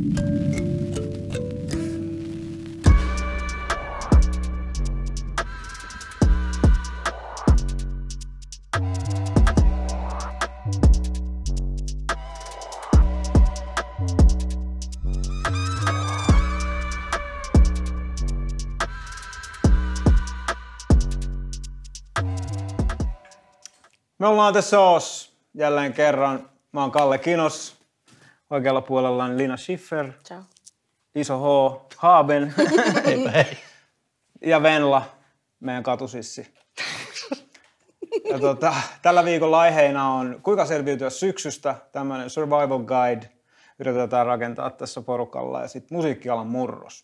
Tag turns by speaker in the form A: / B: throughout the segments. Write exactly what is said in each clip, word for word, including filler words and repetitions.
A: Me ollaan The Sauce jälleen kerran. Mä oon Kalle Kinos. Oikealla puolella on Lina Schiffer.
B: Ciao.
A: Iso H. Haaben.
C: Eipä hei.
A: Ja Venla, meidän katusissi. Ja tota, tällä viikolla aiheena on kuinka selviytyä syksystä. Tämmönen survival guide. Yritetään rakentaa tässä porukalla. Ja sitten musiikkialan murros.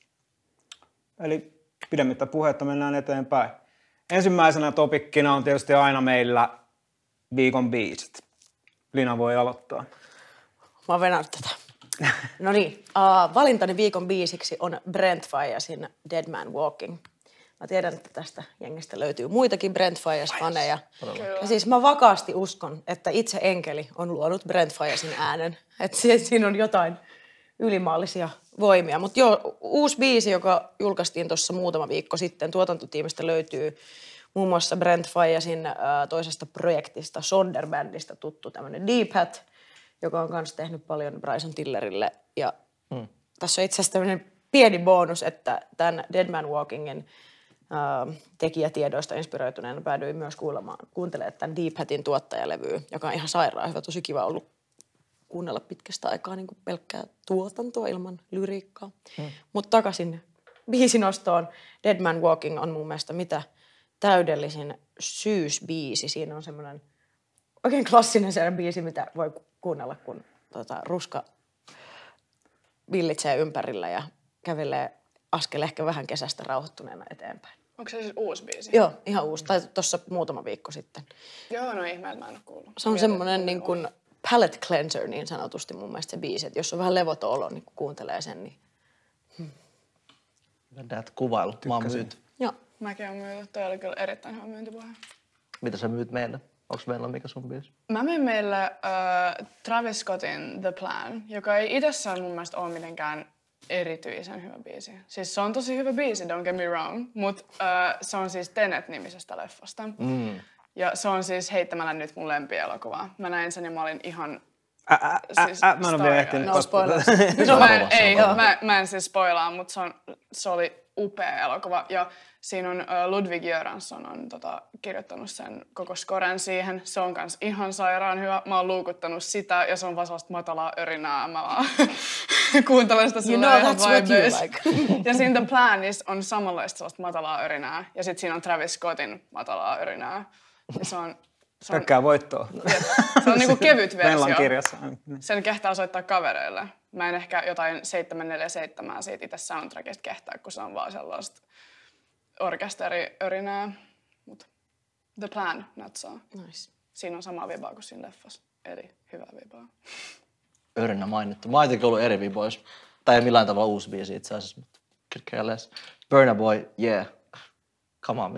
A: Eli pidemmittä puhetta mennään eteenpäin. Ensimmäisenä topikkina on tietysti aina meillä viikon biisit. Lina voi aloittaa.
B: Mä oon venannut tätä. No niin, uh, valintani viikon biisiksi on Brent Faiyazin Dead Man Walking. Mä tiedän, että tästä jengistä löytyy muitakin Brent Faiyaz-faneja. Ja siis mä vakaasti uskon, että itse enkeli on luonut Brent Faiyazin äänen. Että siinä on jotain ylimaallisia voimia. Mutta joo, uusi biisi, joka julkaistiin tuossa muutama viikko sitten, tuotantotiimistä löytyy muun muassa Brent Faiyazin äh, toisesta projektista, Sonderbandista tuttu tämmöinen Deep Hat, joka on myös tehnyt paljon Bryson Tillerille. Ja hmm. tässä on itse asiassa tämmöinen pieni bonus, että tämän Dead Man Walkingin äh, tekijätiedoista inspiroituneena päädyin myös kuulemaan, kuuntelemaan tämän Deep Hatin tuottajalevyä, joka on ihan sairaan hyvä, tosi kiva ollut kuunnella pitkästä aikaa niin kuin pelkkää tuotantoa ilman lyriikkaa. Hmm. Mutta takaisin biisinostoon. Dead Man Walking on mun mielestä mitä täydellisin syysbiisi. Siinä on semmoinen oikein klassinen sellainen biisi, mitä voi kuunnella, kun tota, ruska villitsee ympärillä ja kävelee askel ehkä vähän kesästä rauhoittuneena eteenpäin.
D: Onko se siis uusi biisi?
B: Joo, ihan uusi. Tai tuossa muutama viikko sitten.
D: Joo, no ihme, mä en ole kuullut.
B: Se on semmoinen niin kuin palate cleanser niin sanotusti mun mielestä se biisi. Että jos on vähän levoton olo, niin kun kuuntelee sen, niin... Hmm.
C: Tätä kuvailu. Mä oon myyty.
B: Joo.
D: Mäkin oon myyty. Toi oli kyllä erittäin hyvä myyntipuhe.
C: Mitä sä myyt meille? Onko meillä mikä sun biisi?
D: Mä myin meille uh, Travis Scottin The Plan, joka ei itsessään mun mielestä ole mitenkään erityisen hyvä biisi. Siis se on tosi hyvä biisi, don't get me wrong, mutta uh, se on siis Tenet-nimisestä leffasta. Mm. Ja se on siis heittämällä nyt mun lempielokuva. Mä näin sen ja mä olin ihan...
A: Ä, ä, ä, siis ä, mä en ole vielä ehtinyt.
B: No spoilers.
D: No, mä en, ei, mä, mä en siis spoilaa, mutta se, on, se oli upea elokuva. Ja siinä on uh, Ludwig Göransson on tota, kirjoittanut sen koko scoren siihen. Se on kans ihan sairaan hyvä. Mä oon luukuttanut sitä ja se on vaan sellaista matalaa örinää. Mä vaan kuuntelen sitä
B: you know,
D: ihan
B: vibes. Like.
D: Ja siinä The Planissa on samanlaista sellaista matalaa örinää. Ja sit siinä on Travis Scottin matalaa örinää. Ja se on... Se on,
A: Pelkkää voittoa.
D: Se on niinku kevyt versio.
A: Meillä on kirjassa.
D: Sen kehtaa soittaa kavereille. Mä en ehkä jotain seitsemän neljä seitsemän siitä itse soundtrackista kehtaa, kun se on vaan sellaista orkesteriörinää. Mut The Plan, not so.
B: Nice.
D: Siinä on sama vibaa kuin siinä leffassa. Eli hyvää vibaa.
C: Örinä mainittu. Mä oon jotenkin ollut eri viboissa. Tai ei millään tavalla uusi biisi itse asiassa, mutta could care less. Burna Boy, yeah. Come on.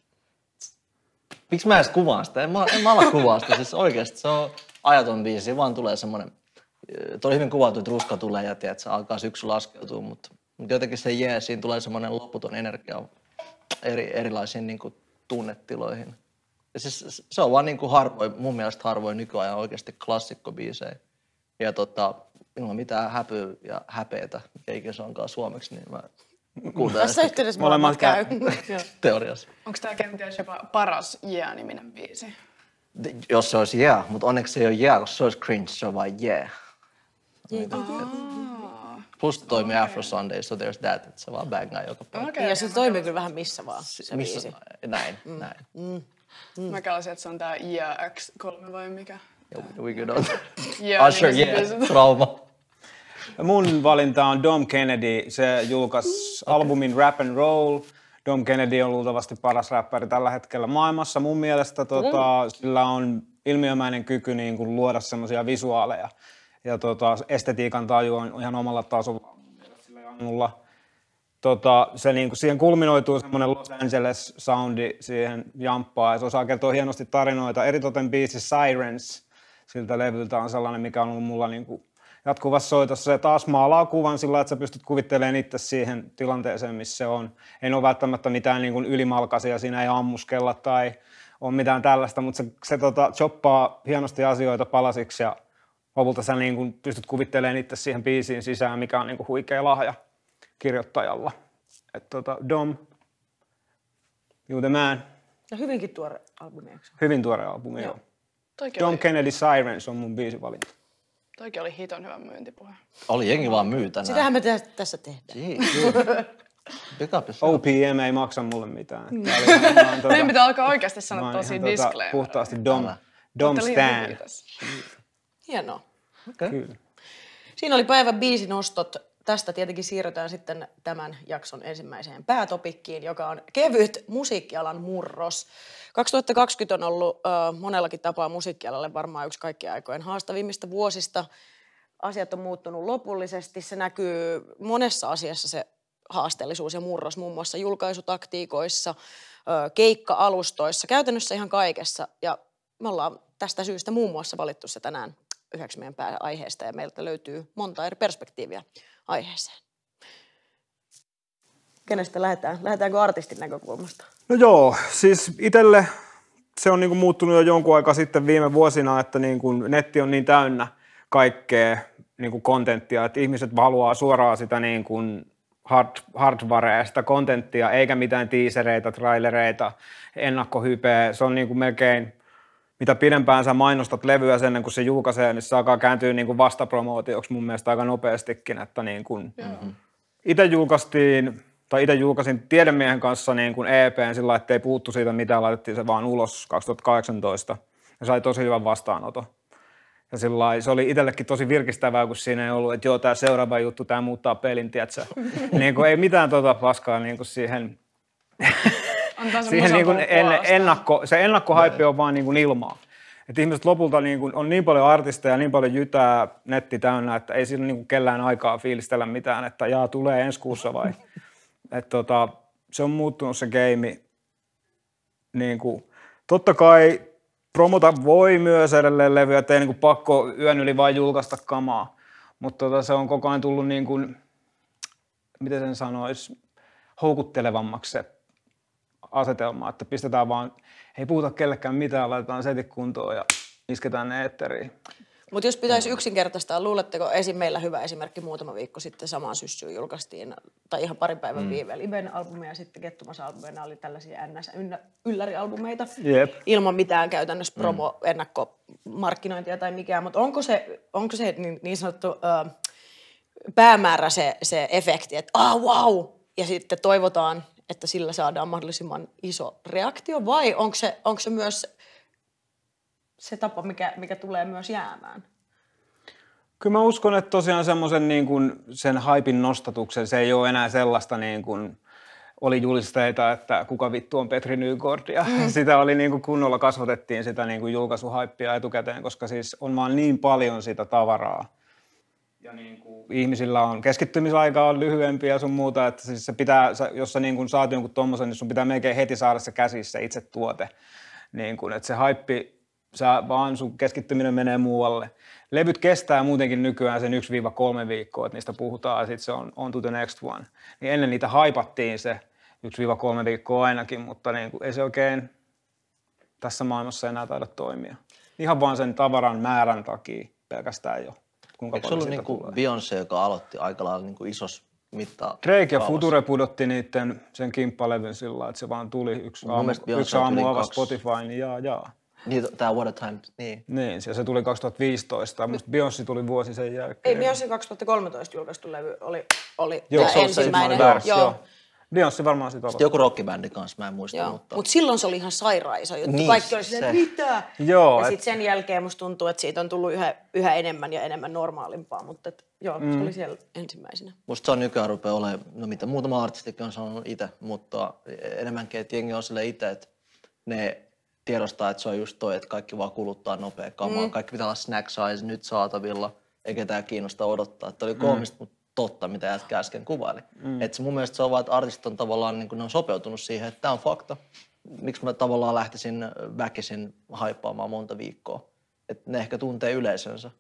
C: Miksi mä edes kuvaan sitä? En mä, en mä ala kuvaa sitä. Siis oikeesti se on ajaton biisi. Siinä vaan tulee semmonen... Tuo oli hyvin kuvattu, että ruska tulee ja tiedät, se alkaa syksy laskeutua, mutta, mutta jotenkin se jee, siinä tulee semmoinen loputon energia eri, erilaisiin niin kuin, tunnetiloihin. Ja siis, se on vaan niin kuin harvoin, mun mielestä harvoin nykyajan oikeasti klassikkobiisejä. Ja tota, ilman mitään häpyä ja häpeetä, mikä ikinä se onkaan suomeksi, niin mä kuuntelen
B: tässä yhteydessä molemmat käy.
C: Teoriassa.
D: Onko tää kenties jopa paras Yeah-niminen biisi?
C: Jos se olisi yeah, mutta onneksi se ei ole yeah, koska se olisi cringe, se on vain yeah.
D: Oh.
C: Plus se toimii Afro Sunday, so there's that, että se vaan bangaa joka päivä.
D: Okay,
B: ja se toimii kyllä vähän missä vaan, se
C: missä,
B: biisi.
C: Näin, mm. näin.
D: Mm. Mm. Mä kelasin, että se on tää Yeah X kolme vai mikä?
C: Yeah, we could on.
D: Yeah,
C: Usher, yeah, trauma.
A: Mun valinta on Dom Kennedy. Se julkaisi albumin Rap and Roll. Dom Kennedy on luultavasti paras räppäri tällä hetkellä maailmassa. Mun mielestä tota, sillä on ilmiömäinen kyky niin kuin luoda semmoisia visuaaleja. Ja tota, estetiikan taju on ihan omalla tasolla sillä Jannulla. Tota, se niin kuin, siihen kulminoituu semmoinen Los Angeles soundi siihen jamppaan. Ja se osaa kertoa hienosti tarinoita. Eritoten biisi Sirens siltä levyltä on sellainen, mikä on ollut mulla niin kuin jatkuvassa soitossa. Se taas maalaa kuvan sillä, että sä pystyt kuvittelemaan itse siihen tilanteeseen, missä se on. Ei ole välttämättä mitään niin kuin ylimalkaisia, siinä ei ammuskella tai on mitään tällaista, mutta se, se tota, choppaa hienosti asioita palasiksi ja lopulta sä niin kuin pystyt kuvittelemaan itse siihen biisiin sisään, mikä on niin kuin huikea lahja kirjoittajalla. Et tota, Dom, You the Man.
B: Ja hyvinkin tuore albumi, eikö se ole?
A: Hyvin tuore albumi, joo.
D: Toikin
A: Dom
D: oli,
A: Kennedy Sirens on mun biisivalinta.
D: toikin oli hiton hyvä myyntipuhe.
C: Oli jengi vaan myy tänään.
B: Sitähän me tä- tässä tehdään.
C: Pick up yourself.
A: O P M ei maksa mulle mitään. Tää oli ihan- mä oon tota-
D: Meidän pitää alkaa oikeasti
A: mä
D: sanoa
A: oon
D: tosi
A: ihan tota
D: disclaimer.
A: puhtaasti Dom, Dom
D: Ootte liian hyviä
A: Stan.
D: tässä.
B: Hienoa.
C: Okay.
A: Kyllä.
B: Siinä oli päivän biisinostot. Tästä tietenkin siirrytään sitten tämän jakson ensimmäiseen päätopikkiin, joka on kevyt musiikkialan murros. kaksituhattakaksikymmentä on ollut äh, monellakin tapaa musiikkialalle varmaan yksi kaikkien aikojen haastavimmista vuosista. Asiat on muuttunut lopullisesti. Se näkyy monessa asiassa se haasteellisuus ja murros, muun muassa julkaisutaktiikoissa, äh, keikka-alustoissa, käytännössä ihan kaikessa. Ja me ollaan tästä syystä muun muassa valittu se tänään yhdeksi meidän pääaiheesta ja meiltä löytyy monta eri perspektiiviä aiheeseen. Kenestä lähdetään? Lähdetäänkö artistin näkökulmasta?
A: No joo, siis itselle se on niinku muuttunut jo jonkun aikaa sitten viime vuosina, että niinku netti on niin täynnä kaikkea niinku kontenttia, että ihmiset haluaa suoraan sitä niinku hard, hardwarea, sitä kontenttia, eikä mitään tiisereitä, trailereita, ennakkohypeä. Se on niinku melkein, mitä pidempään sä mainostat levyä sen, ennen kuin se julkaisee, niin se alkaa kääntyä niinku vastapromootioksi mun mielestä aika nopeastikin, että niinku mm-hmm. itse julkaistiin tai itse julkaisin tiedemiehen kanssa niin kuin E P:n sillä, ettei puhuttu siitä mitään, laitettiin se vaan ulos kaksituhattakahdeksantoista ja sai tosi hyvän vastaanoton. Ja sillä se oli itsellekin tosi virkistävää, kun siinä ei ollut, että joo, tämä seuraava juttu, tämä muuttaa pelin, tietsä. Niin kuin ei mitään tota paskaa niin kuin siihen, siihen niin kuin en, ennakko, se ennakkohaippi on vaan niin kuin ilmaa. Että ihmiset lopulta niin kuin, on niin paljon artisteja, niin paljon jytää netti täynnä, että ei sillä niin kuin kellään aikaa fiilistellä mitään, että jaa, tulee ensi kuussa vai. Että tota, se on muuttunut se game. Niin kuin, totta kai promota voi myös edelleen levyä, ettei niin kuin pakko yön yli vain julkaista kamaa. Mutta tota, se on koko ajan tullut, niin kuin, miten sen sanoisi, houkuttelevammaksi se asetelma, että pistetään vaan, ei puhuta kellekään mitään, laitetaan setit kuntoon ja isketään ne eetteriin.
B: Mutta jos pitäisi yksinkertaistaa, luuletteko, esim. Meillä hyvä esimerkki muutama viikko sitten samaan syssyyn julkaistiin, tai ihan parin päivän mm. viiveen Liben albumia ja sitten Kettumas-albumeina oli tällaisia N S-yllärialbumeita
A: Jep.
B: ilman mitään käytännössä promo, mm. ennakkomarkkinointia tai mikään, mutta onko se, onko se niin, niin sanottu ö, päämäärä se, se efekti, että ah wow, ja sitten toivotaan, että sillä saadaan mahdollisimman iso reaktio, vai onko se, onko se myös se tapa, mikä, mikä tulee myös jäämään?
A: Kyllä mä uskon, että tosiaan semmoisen niin kuin sen haipin nostatuksen, se ei ole enää sellaista niin kuin oli julisteita, että kuka vittu on Petri Nygård ja mm. sitä oli niin kuin kunnolla kasvatettiin sitä niin kuin julkaisuhaippia etukäteen, koska siis on vaan niin paljon sitä tavaraa. Ja niin kuin ihmisillä on keskittymisaika on lyhyempi ja sun muuta, että siis se pitää, jos sä niin kuin saat jonkun tommosen, niin sun pitää melkein heti saada se käsissä itse tuote. Niin kuin, että se haippi, sä vaan sun keskittyminen menee muualle. Levyt kestää muutenkin nykyään sen yksi kolme viikkoa, että niistä puhutaan ja sitten se on on to the next one. Niin ennen niitä haipattiin se yksi kolme viikkoa ainakin, mutta niin kuin ei se oikein tässä maailmassa enää taida toimia. Ihan vaan sen tavaran määrän takia pelkästään jo. Kuinka
C: eikö se ollut niin kuin Beyoncé, joka aloitti aika lailla niin kuin isos mittaa?
A: Drake ja Future pudotti niiden sen kimppalevyn sillä lailla, että se vaan tuli yksi aamu, yksi aamu avasi Spotify, niin jaa, jaa.
C: Niin, tää What a Time, niin.
A: Niin, ja se tuli kaksituhattaviisitoista, mutta Beyoncé tuli vuosi sen jälkeen.
B: Ei, Beyoncé kaksituhattakolmetoista julkaistu levy oli, oli
A: joo,
B: tämä ensimmäinen.
A: Versio. Joo. Beyoncé varmaan sitä aloittaa.
C: Joku rockibändi kanssa, mä en muista.
B: Joo.
C: Mutta
B: Mut silloin se oli ihan sairaan iso juttu.
C: Niin,
B: kaikki oli silleen, mitä?
A: Joo,
B: ja
A: et...
B: sitten sen jälkeen musta tuntuu, että siitä on tullut yhä, yhä enemmän ja enemmän normaalimpaa, mutta et, joo, mm. se oli siellä ensimmäisenä.
C: Musta se on nykyään rupeaa olemaan, no mitä muutama artistikin on sanonut itse, mutta enemmänkin, että jengi on silleen itse, että ne tiedostaa, että se on just toi, että kaikki vaan kuluttaa nopea kamaa. Mm. Kaikki pitää olla snack size nyt saatavilla, eikä ketään kiinnosta odottaa. Että oli koomista, mm. mutta totta, mitä jätkä äsken kuvaili. Mm. Että mun mielestä se on vaan, että artistit on tavallaan niin kun ne on sopeutunut siihen, että tämä on fakta. Miksi mä tavallaan lähtisin väkisin haippaamaan monta viikkoa. Että ne ehkä tuntee yleisönsä.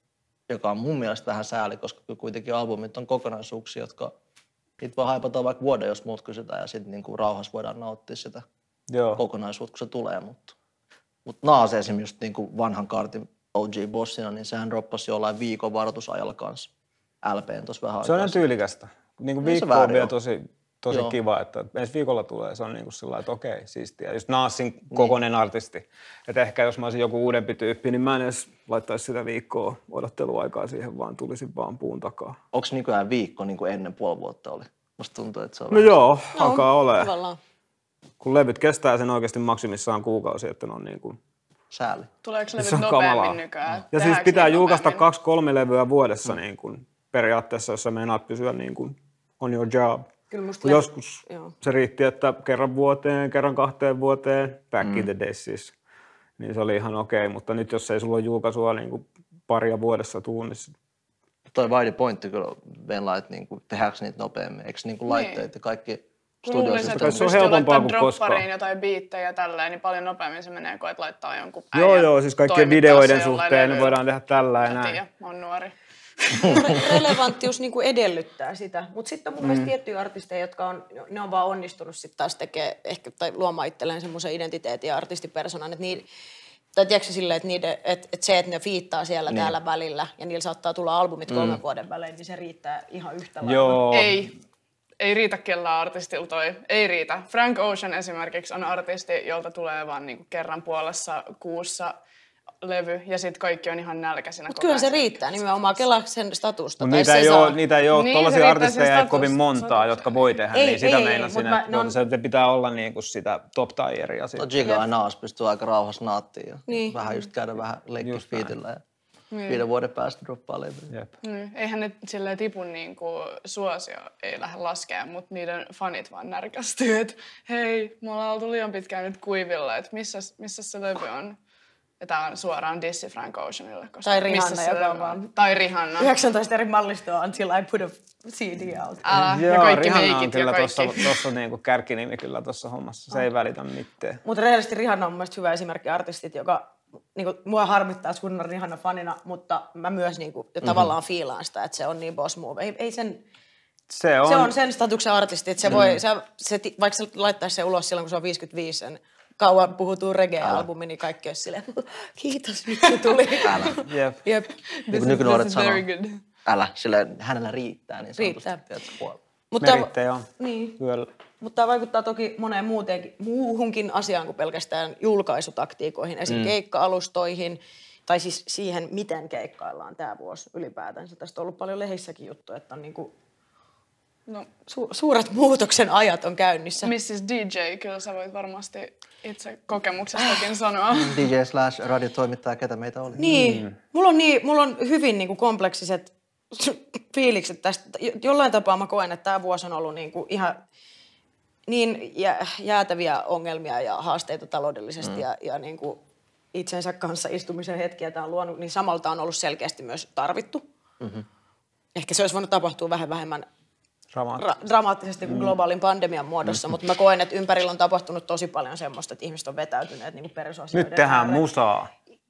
C: joka on mun mielestä vähän sääli, koska kuitenkin albumit on kokonaisuuksia, jotka niitä voi haipata vaikka vuoden, jos muut kysytään, ja sitten niinku rauhassa voidaan nauttia sitä
A: Joo.
C: kokonaisuutta, kun se tulee. Mutta mut Nas esimerkiksi just niinku vanhan kaartin O G-bossina, niin sehän droppasi jollain viikon varoitusajalla kanssa L P:n tuossa vähän
A: Se on
C: aikaa.
A: ihan tyylikästä. Niin kuin
C: Niin se
A: viikko on
C: väärin
A: vielä
C: on.
A: tosi, tosi
C: Joo.
A: kiva, että ensi viikolla tulee. Se on niin kuin sillä lailla, että okei, siistiä. Just Nasin kokoinen artisti. Että ehkä jos mä olisin joku uudempi tyyppi, niin mä en edes laittaisi sitä viikkoa odotteluaikaa siihen, vaan tulisin vaan puun takaa.
C: Onko nykyään viikko niin kuin ennen puoli vuotta oli? Musta tuntuu, että se on
A: No
C: vähän-
A: joo, alkaa olemaan.
B: Tavallaan.
A: Kun levyt kestää sen oikeasti maksimissaan kuukausi, että ne on niin kuin...
C: sääli.
D: Tuleeko
A: Se
D: levyt
A: on
D: nopeammin
A: kamalaa.
D: nykyään?
A: Ja siis
D: Tehdäänkö
A: pitää
D: niitä
A: julkaista
D: nopeammin?
A: kaksi kolme levyä vuodessa niin kuin periaatteessa, jos sä meinaat pysyä niin kuin on your job.
B: Kyllä musta
A: Kun
B: levy-
A: joskus
B: Joo.
A: se riitti, että kerran vuoteen, kerran kahteen vuoteen, back mm. in the days siis, niin se oli ihan okei. Mutta nyt jos ei sulla ole julkaisua niin kuin paria vuodessa tuu, niin sit-
C: Toi vaidi pointti kyllä Venla, että niinku, tehdäänkö niitä nopeammin. Eikö niinku laitteet ja kaikki
D: Kun luulisin,
C: studioissa?
D: että
A: kai
D: kun
A: se on
D: pystyy
A: helpompaa
D: laittaa
A: kuin koskaan.
D: droppariin jotain biittejä ja tälleen, niin paljon nopeammin se menee kuin että laittaa jonkun
A: Joo,
D: äijän
A: joo, siis kaikkien
D: toimittaa
A: videoiden
D: se jollain
A: suhteen ne
D: levyllä.
A: voidaan tehdä tällä ja
D: En
A: näin.
D: tiedä, mä oon nuori.
B: Re- relevanttius niin kuin edellyttää sitä. Mutta sitten on mun mielestä tiettyjä artisteja, jotka on, ne on vaan onnistunut sitten taas tekee ehkä, tai luomaan itselleen semmoisen identiteetin ja artistipersonan, että niiden, tai tiedätkö silleen, että, niiden, että, että se, että ne fiittaa siellä niin. täällä välillä ja niillä saattaa tulla albumit kolmen vuoden välein, niin se riittää ihan yhtä lailla.
A: Joo,
D: Ei. Ei riitä kellään artistilla toi. Ei riitä. Frank Ocean esimerkiksi on artisti, jolta tulee vaan niinku kerran puolessa kuussa levy ja sitten kaikki on ihan nälkäisinä.
B: Mutta kyllä se riittää nimenomaan kelaa sen statusta.
A: mutta
B: tai
A: niitä
B: se
A: ei,
B: saa.
A: ole, niitä ei ole
D: Niin, se
A: tollaisia
D: riittää
A: artisteja
D: sen
A: ei kovin
D: status-
A: montaa,
D: status-
A: jotka voi tehdä,
B: Ei,
A: niin sitä
B: ei, ei,
A: meinasin,
B: mut mä-
A: että
B: ne on-
A: se pitää olla niin kuin sitä top tieria.
C: No Giga ja Nas pystyy aika rauhassa naattiin ja
B: Niin.
C: vähän just käydä vähän leikkiä
A: Just näin.
C: fiitillä ja
D: Niin.
C: viiden vuoden päästä droppaa levyä.
A: Jep.
D: Mm, eihän ne silleen tipun niinku suosio ei lähde laskea, mutta niiden fanit vaan närkästyy, että hei, me ollaan oltu liian pitkään nyt kuivilla, että missä, missä se levy on. Ja tää on suoraan dissi Frank Oceanille. Koska
B: Tai Rihanna,
D: missä se
B: joka
D: levy
B: on vaan-
D: Tai Rihanna.
B: yhdeksäntoista eri mallistoa until I put a C D out.
D: Älä, ja
A: Joo,
D: kaikki
A: Rihanna on
D: meikit ja
A: kyllä
D: kaikki.
A: tuossa, tuossa niinku kärkinimi kyllä tuossa hommassa. Se ei välitä mitään.
B: Mutta rehellisesti Rihanna on mun mielestä hyvä esimerkki artistit, joka niinku, mua harmittaa sunnan Rihanna fanina, mutta mä myös niinku, mm-hmm. tavallaan fiilaan sitä, että se on niin boss move. Ei, ei sen,
A: Se on,
B: se on sen statuksen artisti, että se mm. voi, se, se, vaikka se laittaisi se ulos silloin, kun se on viisikymmentäviisi, sen kauan puhutun reggae-albumi, niin kaikki olisi silleen, kiitos, nyt se tuli.
C: Älä.
A: Jep.
B: Jep.
C: Niin kuin nykynuoret
D: This is
C: sanoo,
D: very good.
C: älä, sillä hänellä riittää niin sanotusti.
B: Riittää.
C: Tiedätkö, puolella.
B: Mutta
A: Merittejä on.
B: niin.
A: Kyllä.
B: Mutta tämä vaikuttaa toki moneen muutenkin, muuhunkin asiaan kuin pelkästään julkaisutaktiikoihin, esim. Mm. keikka-alustoihin, tai siis siihen, miten keikkaillaan tämä vuosi ylipäätänsä. Tästä on ollut paljon lehissäkin juttuja, että on niinku
D: No,
B: su- suuret muutoksen ajat on käynnissä.
D: missis D J, kyllä sä voit varmasti itse kokemuksestakin sanoa.
C: D J slash radiotoimittaja, ketä meitä oli.
B: Niin, mm. mulla on, niin, mulla on hyvin niinku kompleksiset fiilikset tästä. Jo- Jollain tapaa mä koen, että tämä vuosi on ollut niinku ihan niin jä- jäätäviä ongelmia ja haasteita taloudellisesti mm. ja, ja niinku itsensä kanssa istumisen hetkiä tämä on luonut, niin samalta on ollut selkeästi myös tarvittu. Mm-hmm. Ehkä se olisi voinut tapahtua vähän vähemmän ra- dramaattisesti kuin globaalin pandemian muodossa, mutta mä koen, että ympärillä on tapahtunut tosi paljon semmoista, että ihmiset on vetäytyneet niinku perusasioiden
A: Nyt tehdään
B: ääreen.
A: musaa.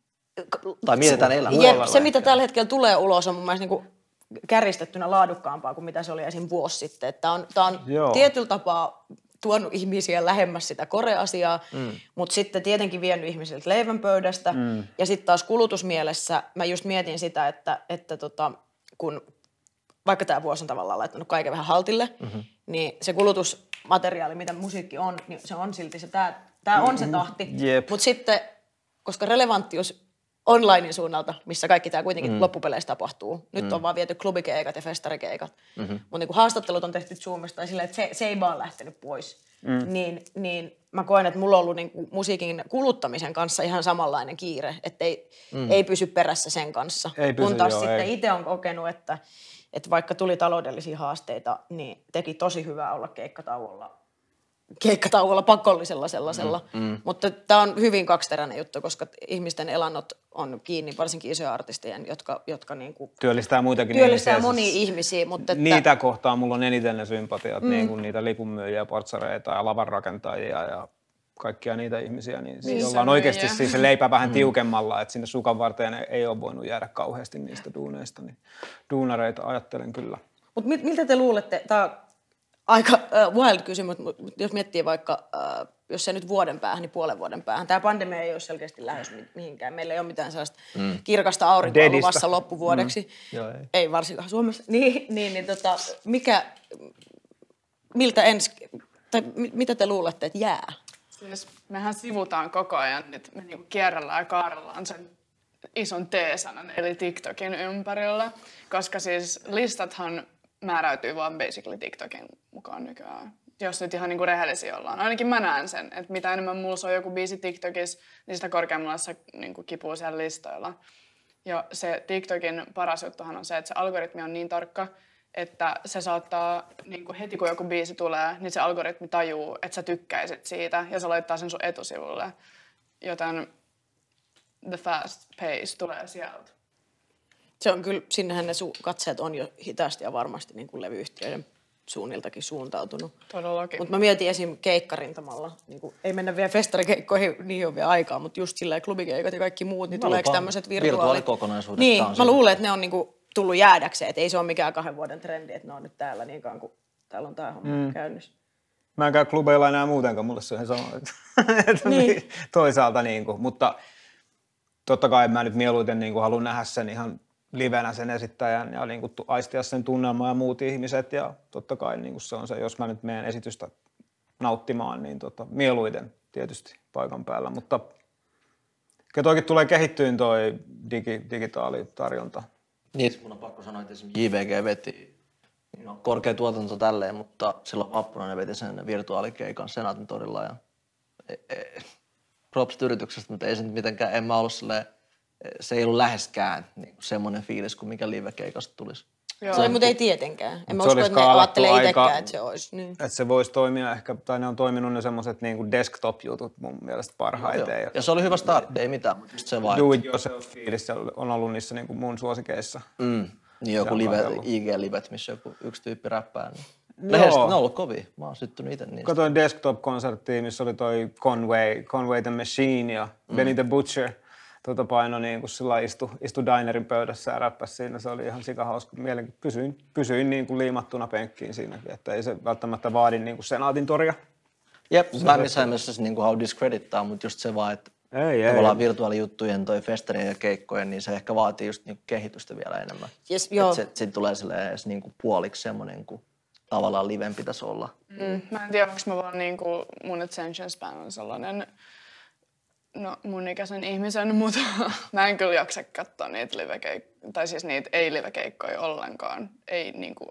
C: Tai mietitään elämää.
B: Jep, se mitä tällä hetkellä tulee ulos on mun mielestä niinku käristettynä laadukkaampaa kuin mitä se oli esim. Vuosi sitten. Tämä on, tää on
A: Joo.
B: tietyllä tapaa tuonut ihmisiä lähemmäs sitä koreasiaa, mm. mutta sitten tietenkin vienyt ihmisiltä leivänpöydästä. Mm. Ja sitten taas kulutusmielessä mä just mietin sitä, että, että tota, kun vaikka tämä vuosi on tavallaan laittanut kaiken vähän haltille, mm-hmm. niin se kulutusmateriaali, mitä musiikki on, niin se on silti se, tämä, tämä on se tahti.
A: Jep.
B: Mutta sitten, koska relevanttius onlinein suunnalta, missä kaikki tämä kuitenkin mm. loppupeleissä tapahtuu. Nyt mm. on vaan viety klubikeikat ja festarikeikat. Mm-hmm. Mutta niinku haastattelut on tehty Zoomista ja silleen, että se, se ei vaan lähtenyt pois. Mm. Niin, niin mä koen, että mulla on ollut niinku musiikin kuluttamisen kanssa ihan samanlainen kiire, että ei, mm. ei pysy perässä sen kanssa.
A: Ei pysy,
B: Kun taas
A: joo,
B: sitten
A: ei.
B: itse on kokenut, että, että vaikka tuli taloudellisia haasteita, niin teki tosi hyvää olla keikkatauolla. keikkatauolla pakollisella sellaisella. Mm, mm. Mutta tämä on hyvin kaksiteräinen juttu, koska ihmisten elannot on kiinni, varsinkin isoja artistien, jotka, jotka niinku
A: Työllistää muitakin
B: työllistää
A: ihmisiä.
B: monia ihmisiä. Mutta että,
A: Niitä kohtaan mulla on eniten ne sympatiat, mm. niin kuin niitä lipunmyyjiä, portsareita ja lavanrakentajia ja kaikkia niitä ihmisiä, niin,
D: Niin,
A: jolla
D: se
A: on
D: on
A: oikeasti
D: niin,
A: siis se leipä vähän tiukemmalla, että sinne sukan varteen ei, ei ole voinut jäädä kauheasti niistä duuneista, niin duunareita ajattelen kyllä.
B: Mutta miltä te luulette, tämä on aika uh, wild kysymys, mutta jos miettii vaikka, uh, jos se nyt vuoden päähän, niin puolen vuoden päähän. Tämä pandemia ei ole selkeästi lähes mihinkään. Meillä ei ole mitään sellaista mm. kirkasta aurinkoa
A: Dedistä.
B: luvassa loppuvuodeksi.
C: Mm. Joo, ei.
B: ei varsinkaan Suomessa. Niin, niin, niin tota, mikä, miltä ensi, tai mitä te luulette, että jää?
D: Siis mehän sivutaan koko ajan, että me niinku kierrellään ja kaarellaan sen ison T-sanan, eli TikTokin ympärillä. Koska siis listathan määräytyy vaan basically TikTokin mukaan nykyään. Jos nyt ihan niinku rehellisiä ollaan. Ainakin mä näen sen, että mitä enemmän mulla on joku biisi TikTokissa, niin sitä korkeammalla se niinku kipuu siellä listoilla. Ja se TikTokin paras juttuhan on se, että se algoritmi on niin tarkka, että se saattaa, niin kuin heti kun joku biisi tulee, niin se algoritmi tajuu, että sä tykkäisit siitä ja se laittaa sen sun etusivulle. Joten the fast pace tulee sieltä.
B: Se on kyllä, sinnehän ne su- katseet on jo hitaasti ja varmasti niin kuin levyyhtiöiden suunniltakin suuntautunut.
D: Todellakin.
B: Mutta mä mietin esim. Keikkarintamalla, niin kuin, ei mennä vielä festarikeikkoihin, niin on vielä aikaa, mutta just sillä klubikeikat ja kaikki muut, niin tuleeko tämmöiset virtuaalit...
C: Virtuaalikokonaisuudet.
B: Niin, mä luulen, että ne on niin kuin tullut jäädäkseen, että ei se ole mikään kahden vuoden trendi, että ne on nyt täällä niin kauan, kun täällä on tää homma mm. käynnissä.
A: Mä en käy klubeilla enää muutenkaan, mulle se on ihan sama. Että
B: Niin.
A: Toisaalta niin kuin, mutta totta kai mä nyt mieluiten niin kuin haluan nähdä sen ihan livenä sen esittäjän ja niin kuin aistia sen tunnelmaa ja muut ihmiset ja totta kai niin kuin se on se, jos mä nyt menen esitystä nauttimaan, niin tota, mieluiten tietysti paikan päällä, mutta kyllä toikin tulee kehittyyn toi digi, digitaalitarjonta.
C: Niin, mun on pakko sanoa, että esimerkiksi J V G veti no, korkea tuotanto tälleen, mutta silloin vappuna ne veti sen virtuaalikeikan Senaatin torilla ja e, e, propsit yrityksestä, mutta ei se nyt mitenkään, en mä ollut silleen, se ei ollut läheskään niin semmoinen fiilis kuin mikä live-keikasta tulisi.
B: Joo. Se oli, mutta ei tietenkään. En mä
A: Se
B: usko,
A: olisi
B: että ne
A: skaalattu
B: ajattelee
A: aika-
B: itsekään, että se olisi. Niin.
A: Että se voisi toimia ehkä, tai ne on toiminut ne semmoiset niinku desktop-jutut mun mielestä parhaiten.
C: Joo. Ja se oli hyvä start, ei mitään, mutta just se vaan.
A: Do it yourself fiilis on ollut niissä niinku mun suosikeissa.
C: Mm. Niin joku
A: Se on
C: live,
A: katsellut.
C: I G-livet, missä joku yksi tyyppi räppää. Niin.
A: Joo.
C: Lehdessä ne on ollut kovia. Mä oon syttynyt itse niistä.
A: Katoin desktop-konserttia, missä oli toi Conway, Conway the Machine ja mm. Benny the Butcher. Tuota paino niin kuin sillä istu, istu dinerin pöydässä ja räppäsi siinä. Se oli ihan sikahauska. Mielen, pysyin, pysyin niin kuin liimattuna penkkiin siinäkin, että ei se välttämättä vaadi niin kuin Senaatin toria.
C: Jep, mä en missään mielessä niin kuin how discredittaa, mutta just se vaan, että
A: Ei,
C: tavallaan
A: ei.
C: virtuaalijuttujen, toi festarien ja keikkojen, niin se ehkä vaatii just niin kuin kehitystä vielä enemmän.
B: Yes, joo.
C: Että se, sit tulee silleen edes niin kuin puoliksi semmoinen kuin tavallaan liven pitäisi olla.
D: Mm. Mä en tiedä, onko mä vaan niinku, mun attention span on sellainen, no mun ikäisen ihmisen, mutta mä en kyllä jaksa katsoa niitä livekeikkoja, tai siis niitä ei-livekeikkoja ollenkaan. Ei niinku,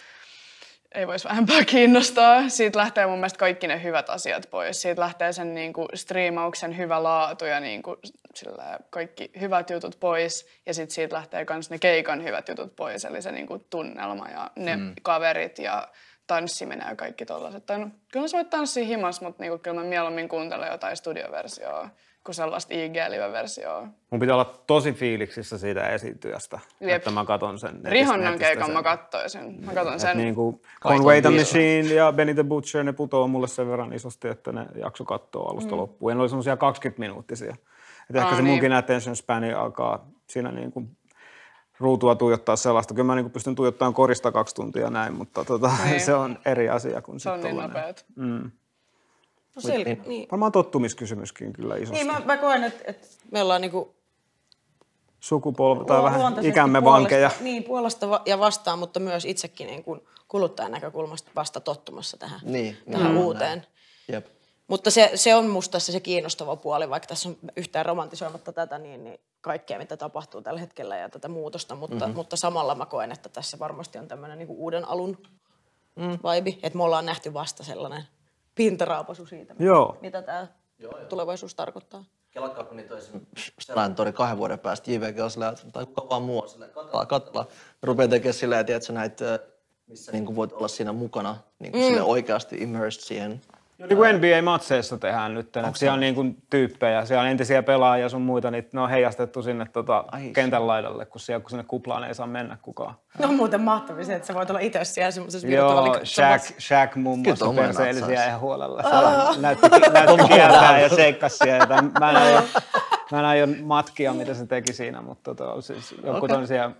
D: ei voisi vähempää kiinnostaa. Siitä lähtee mun mielestä kaikki ne hyvät asiat pois. Siitä lähtee sen niinku striimauksen hyvä laatu ja niinku sillä kaikki hyvät jutut pois. Ja sitten siitä lähtee myös ne keikan hyvät jutut pois, eli se niinku tunnelma ja ne mm. kaverit ja tanssiminen ja kaikki tollaiset. Tai no, kyllä sä voit tanssia himas, mutta niinku, kyllä mä mieluummin kuuntelen jotain studioversioa kuin sellaista I G-live-versioa.
A: Mun pitää olla tosi fiiliksissä siitä esiintyjästä,
D: Jep.
A: että mä katon sen netistä.
D: Rihannan
A: netistä
D: keikan
A: sen.
D: mä kattoisin. Mä katon sen.
A: Niin kuin
C: Kaitan
A: Conway the
C: viisaan.
A: Machine ja Benny the Butcher, ne putoo mulle sen verran isosti, että ne jakso katsoa alusta mm. loppuun. Ja ne oli semmosia kaksikymmentä-minuuttisia. Että ehkä
D: Aa,
A: se
D: niin.
A: munkin attention spani alkaa siinä niin kuin ruutua tuijottaa sellaista. Kyllä mä niin kuin pystyn tuijottamaan korista kaksi tuntia näin, mutta tota,
D: Niin.
A: se on eri asia kuin
D: Se on
A: sitten
D: niin
A: tollainen.
D: nopeat.
A: Mm.
B: No sel- niin.
A: Varmaan tottumiskysymyskin kyllä isosti.
B: Niin, mä, mä koen, että, että me ollaan niinku
A: Sukupolvi tai vähän
B: luontaisesti
A: ikämme
B: puolesta-
A: vankeja.
B: Niin, puolesta va- ja vastaan, mutta myös itsekin niin kuin kuluttajan näkökulmasta vasta tottumassa tähän,
C: Niin,
B: tähän
C: nimenomaan
B: uuteen.
C: näin. Jep.
B: Mutta se, se on musta se, se kiinnostava puoli, vaikka tässä on yhtään romantisoimatta tätä, niin, niin kaikkea, mitä tapahtuu tällä hetkellä ja tätä muutosta, mutta, mm-hmm. mutta samalla mä koen, että tässä varmasti on tämmöinen niin kuin uuden alun mm. vibe, että me ollaan nähty vasta sellainen pintaraapasu siitä,
A: Joo.
B: mitä tämä tulevaisuus tarkoittaa.
C: Kelakkaa, kun niitä olisi Senaatin tori kahden vuoden päästä, J V G on silleen, tai kuka vaan muu on silleen, katsellaan, katsellaan. Rupeaa tekemään silleen, tiedätkö, näitä, missä niin kuin voit olla siinä mukana, niin kuin mm. silleen oikeasti immersed siihen
A: Niin kuin N B A-matseissa tehdään nyt, että siellä on niin kuin tyyppejä, siellä on entisiä pelaajia sun muita, niin ne on heijastettu sinne tota, kentän laidalle, kun, siellä, kun sinne kuplaan ei saa mennä kukaan.
B: No muuten mahtavaa se, että sä voit olla itse siellä semmoisessa
A: Joo,
B: virtuaalikatsomassa.
A: Shaq, Shaq muun muassa
C: Kyllä
A: perseili
C: tommoinen
A: siellä ihan huolella. Se näytti, näytti kieltää ja seikkasi siellä. Mä en aio, mä en aio matkia, mitä se teki siinä, mutta tota, siis joku
C: Okei.
A: okay.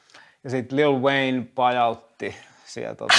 A: Ja sitten Lil Wayne pajautti siellä tota,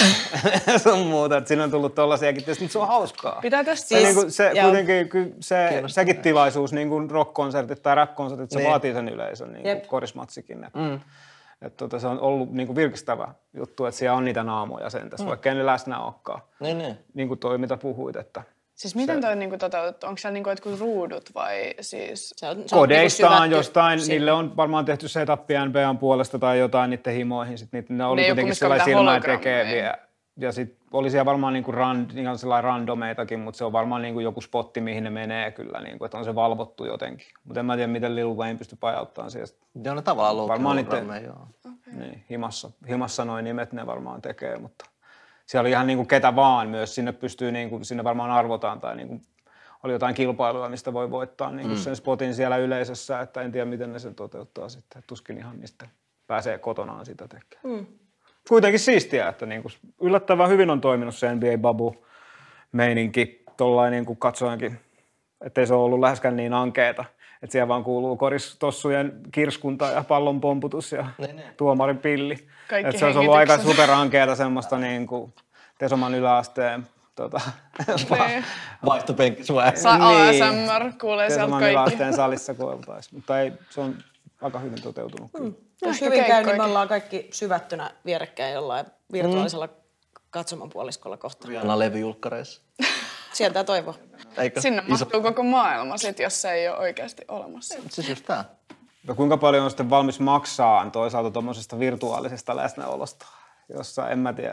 A: sun muuta. Et siinä on tullut tollasiakin, mutta se on hauskaa.
D: Pitää tästä
A: Siis,
D: siis...
A: niin kuin se,
B: joo.
A: kuitenkin ky- se, sekin tilaisuus, niin kuin rock-konsertit tai rap-konsertit, se
C: Niin.
A: vaatii sen yleisön, niin kuin
B: Jep.
A: korismatsikin. Et,
C: Mm.
A: et, tota, se on ollut niin kuin virkistävä juttu, että siellä on niitä naamoja sentäs, mm. vaikka ei ne läsnä olekaan.
C: Niin, niin.
A: Niin kuin toi, mitä puhuit, että
D: Siis miten toi on niinku toteutettu? Onko siellä niinku jotkut ruudut vai siis...
B: Se on, se on
A: kodeistaan
B: niinku syvätty
A: jostain,
B: sinne.
A: niille on varmaan tehty setupia N B A:n puolesta tai jotain niiden himoihin, sit niitä, ne oli
D: Ne ei oo
A: kuitenkin
D: kumminkaan
A: sellaisia
D: mitään
A: silmää
D: hologrammeja.
A: tekeviä. Ja sitten oli siellä varmaan niinku rand, ihan sellainen randomeitakin, mutta se on varmaan niinku joku spotti, mihin ne menee kyllä, niinku, että on se valvottu jotenkin. Mutta en mä tiedä, miten Lil Wayne pystyi pajauttamaan siellä.
C: Joo, ne tavallaan low
A: Varmaan
C: programmeja, joo.
A: Niin, himassa, himassa noin nimet ne varmaan tekee, mutta siellä oli ihan niinku ketä vaan myös, sinne pystyy, niinku, sinne varmaan arvotaan tai niinku, oli jotain kilpailua, mistä voi voittaa niinku mm. sen spotin siellä yleisössä, että en tiedä miten ne sen toteuttaa sitten, tuskin ihan mistä pääsee kotonaan sitä tekemään. Mm. Kuitenkin siistiä, että niinku yllättävän hyvin on toiminut se N B A-babu-meininki tollain niinku katsoenkin, ettei se ole ollut läheskään niin ankeeta. Että siellä vaan kuuluu koristossujen kirskunta ja pallon pomputus ja
C: Ne, ne.
A: tuomarin pilli.
D: Kaikki
A: Että se olisi ollut aika
D: hengitykset.
A: superankeeta semmoista niin kuin Tesoman yläasteen tota,
D: Niin.
C: Vaihtopenkki swag.
D: Sa-
A: Niin.
D: A S M R kuulee sieltä
A: Tesoman
D: kaikki.
A: yläasteen salissa koeltaisiin. Mutta ei, se on aika hyvin toteutunut kyllä.
B: Jos
D: Ehkä
B: hyvin käy, niin me
D: keikkoikin.
B: ollaan kaikki syvättynä vierekkäin jollain virtuaalisella katsoman puoliskolla kohta.
C: Rihanna levyjulkkareissa.
B: Sieltä toivo.
C: Eikö?
D: Sinne
C: Iso.
D: mahtuu koko maailma sit, jos se ei ole oikeasti olemassa.
C: Siis just tää.
A: Ja kuinka paljon on sitten valmis maksaa toisaalta tuommoisesta virtuaalisesta läsnäolosta, jossa en mä tiedä.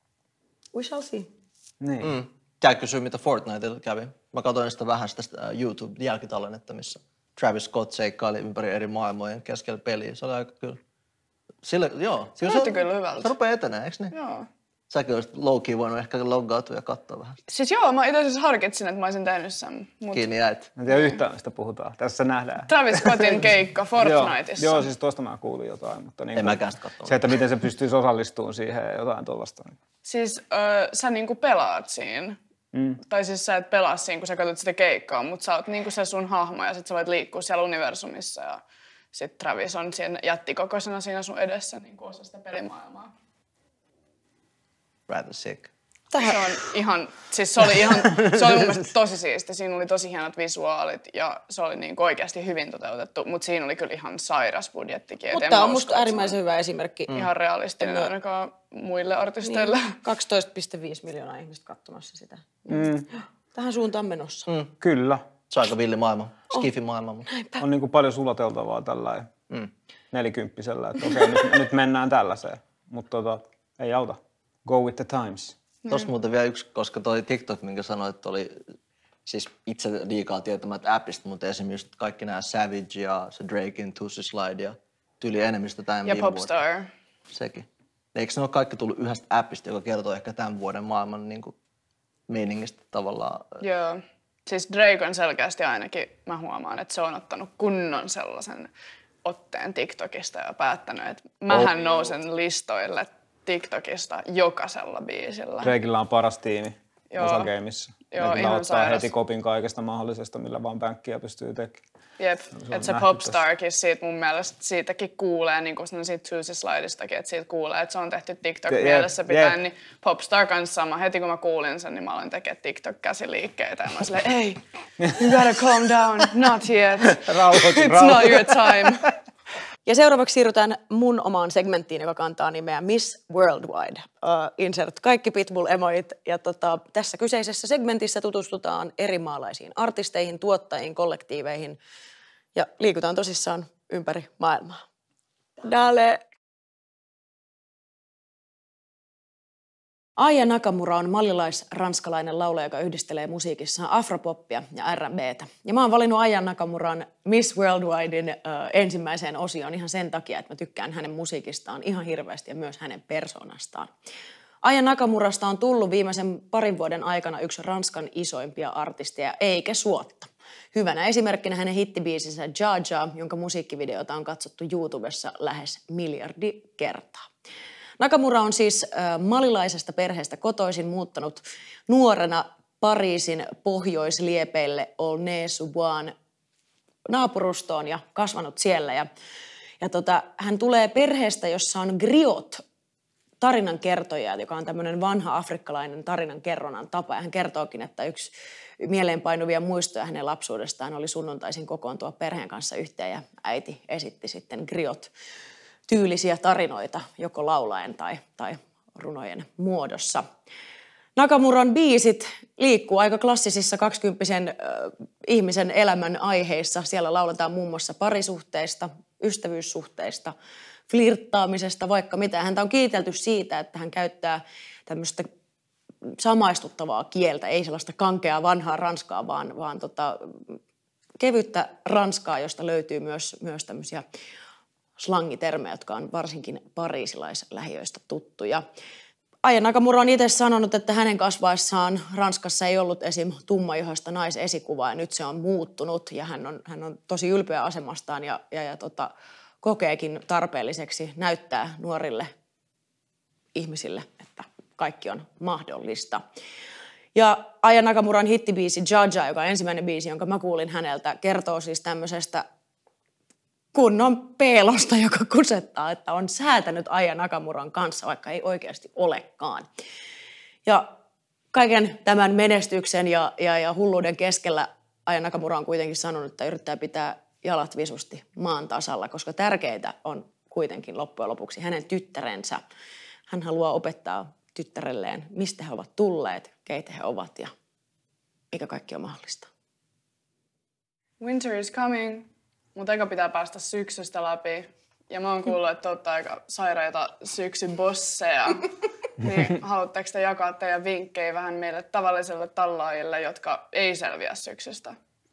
B: We shall see.
A: Niin.
C: Mm. Tää kysyy, mitä Fortniteilla kävi. Mä katsoin sitä vähän sitä äh, YouTube-jälkitallennetta, missä Travis Scott seikkaili ympäri eri maailmojen keskellä peliä. Se oli aika kyllä. Sille, joo. Se,
D: näytti kyllä hyvältä.
C: Se rupeaa etenee, eikö niin?
D: Joo.
C: Säkin olisit low-key voinut ehkä loggautua ja katsoa vähän.
D: Siis joo, mä itse asiassa harkitsin, että mä olisin tehnyt sen. Mut
C: Kiinni jäit.
A: En tiedä yhtään, mistä puhutaan. Tässä nähdään.
D: Travis Scottin keikka Fortniteissa.
A: Joo, joo, siis tuosta mä kuulin jotain. Mutta niin
C: En mäkään sitä katsoa.
A: se, että miten se pystyisi osallistumaan siihen ja jotain tuollaista.
D: Siis ö, sä niinku pelaat siinä. Mm. Tai siis sä et pelaa siinä, kun sä katsot sitä keikkaa, mutta sä oot niinku se sun hahmo ja sit sä voit liikkua siellä universumissa ja sit Travis on siinä jättikokoisena siinä sun edessä niinku osa sitä pelimaailmaa.
C: Rather sick.
D: Se on ihan, siis se oli ihan, se oli mun mielestä tosi siisti. Siinä oli tosi hienot visuaalit ja se oli niinku oikeasti hyvin toteutettu, mutta siinä oli kyllä ihan sairas budjettikin. et en
B: Mutta
D: mä
B: tämä on
D: usko,
B: musta
D: että se
B: äärimmäisen hyvä esimerkki.
D: on ihan realistinen ainakaan muille artisteille.
B: Niin, kaksitoista pilkku viisi miljoonaa ihmistä katsomassa sitä. Mm. Tähän suuntaan menossa. Mm.
A: Kyllä.
C: Se on aika villi maailma. Skifi maailma. Mutta...
A: On niin kuin paljon sulateltavaa tällä mm. nelikymppisellä, että okei, nyt, nyt mennään tällaiseen. Mutta tota, ei auta. Go with the times.
C: Tuossa muuten vielä yksi, koska toi TikTok, minkä sanoit, että oli siis itse liikaa tietämät appista, mutta esimerkiksi kaikki nämä Savage ja se Drakein Tussy Slide ja tyyli enemmistö tämän
D: Ja
C: viime vuoden.
D: Popstar.
C: Sekin. Eikö ne ole kaikki tullut yhdestä appista, joka kertoo ehkä tämän vuoden maailman niin kuin, meiningistä tavallaan?
D: Joo. Siis Drake on selkeästi ainakin, mä huomaan, että se on ottanut kunnon sellaisen otteen TikTokista ja päättänyt, että mähän
C: Oh.
D: nousen listoille TikTokista jokaisella biisillä.
A: Drakeilla on paras tiimi
D: Joo.
A: osagameissa.
D: Joo,
A: Ne kyllä
D: ihan
A: ottaa
D: sairas.
A: heti kopin kaikesta mahdollisesta, millä vaan pänkkiä pystyy tekemään.
D: Jep,
A: on
D: että se
A: nähty
D: Popstarkin siitä mun mielestä siitäkin kuulee, niin kuin siitä Juicy Slidestakin, että siitä kuulee, että se on tehty TikTok-mielessä
A: Jep,
D: pitäen,
A: jep.
D: niin Popstar kanssa sama. Heti kun mä kuulin sen, niin mä aloin tekemään TikTok-käsiliikkeitä ja mä olin silleen, ei, you gotta calm down, not yet,
A: Rauhoitu,
D: it's
A: rauhoitu.
D: not your time.
B: Ja seuraavaksi siirrytään mun omaan segmenttiin, joka kantaa nimeä Miss Worldwide. Uh, insert kaikki Pitbull-emoit. Ja tota, tässä kyseisessä segmentissä tutustutaan eri maalaisiin artisteihin, tuottajiin, kollektiiveihin ja liikutaan tosissaan ympäri maailmaa. Dale! Aya Nakamura on malilais-ranskalainen laulaja, joka yhdistelee musiikissaan afropoppia ja R and B:tä. Ja mä oon valinnut Aya Nakamuran Miss Worldwidein äh, ensimmäiseen osioon ihan sen takia, että mä tykkään hänen musiikistaan ihan hirveästi ja myös hänen persoonastaan. Aya Nakamurasta on tullut viimeisen parin vuoden aikana yksi Ranskan isoimpia artisteja, eikä suotta. Hyvänä esimerkkinä hänen hittibiisinsä Ja Ja, jonka musiikkivideota on katsottu YouTubessa lähes miljardi kertaa. Nakamura on siis äh, malilaisesta perheestä kotoisin muuttanut nuorena Pariisin pohjoisliepeille Aulnay-sous-Bois naapurustoon ja kasvanut siellä. Ja, ja tota, hän tulee perheestä, jossa on griot, tarinankertoja, joka on tämmöinen vanha afrikkalainen tarinankerronnan tapa. Ja hän kertookin, että yksi mieleenpainuvia muistoja hänen lapsuudestaan oli sunnuntaisin kokoontua perheen kanssa yhteen ja äiti esitti sitten griot tyylisiä tarinoita joko laulaen tai, tai runojen muodossa. Nakamuran biisit liikkuu aika klassisissa kaksikymppisen äh, ihmisen elämän aiheissa. Siellä lauletaan muun muassa parisuhteista, ystävyyssuhteista, flirttaamisesta, vaikka mitä. Häntä on kiitelty siitä, että hän käyttää tämmöistä samaistuttavaa kieltä, ei sellaista kankeaa vanhaa ranskaa, vaan, vaan tota, kevyttä ranskaa, josta löytyy myös, myös tämmöisiä slangitermejä, jotka on varsinkin pariisilaislähiöistä tuttuja. Aya Nakamura on itse sanonut, että hänen kasvaessaan Ranskassa ei ollut esim. Tummaihoista naisesikuvaa ja nyt se on muuttunut ja hän on, hän on tosi ylpeä asemastaan ja, ja, ja tota, kokeekin tarpeelliseksi näyttää nuorille ihmisille, että kaikki on mahdollista. Ja Aya Nakamuran hittibiisi Ja Ja, joka on ensimmäinen biisi, jonka mä kuulin häneltä, kertoo siis tämmöisestä kunnon peelosta, joka kusettaa, että on säätänyt Aya Nakamuran kanssa, vaikka ei oikeasti olekaan. Ja kaiken tämän menestyksen ja, ja, ja hulluuden keskellä Aya Nakamura on kuitenkin sanonut, että yrittää pitää jalat visusti maan tasalla, koska tärkeintä on kuitenkin loppujen lopuksi hänen tyttärensä. Hän haluaa opettaa tyttärelleen, mistä he ovat tulleet, keitä he ovat ja mikä kaikki on mahdollista.
D: Winter is coming, mutta eka pitää päästä syksystä läpi. Ja mä oon kuullut, että olette aika sairaita syksybosseja. Niin haluatteko te jakaa teidän vinkkejä vähän meille tavallisille tallaajille, jotka ei selviä syksystä?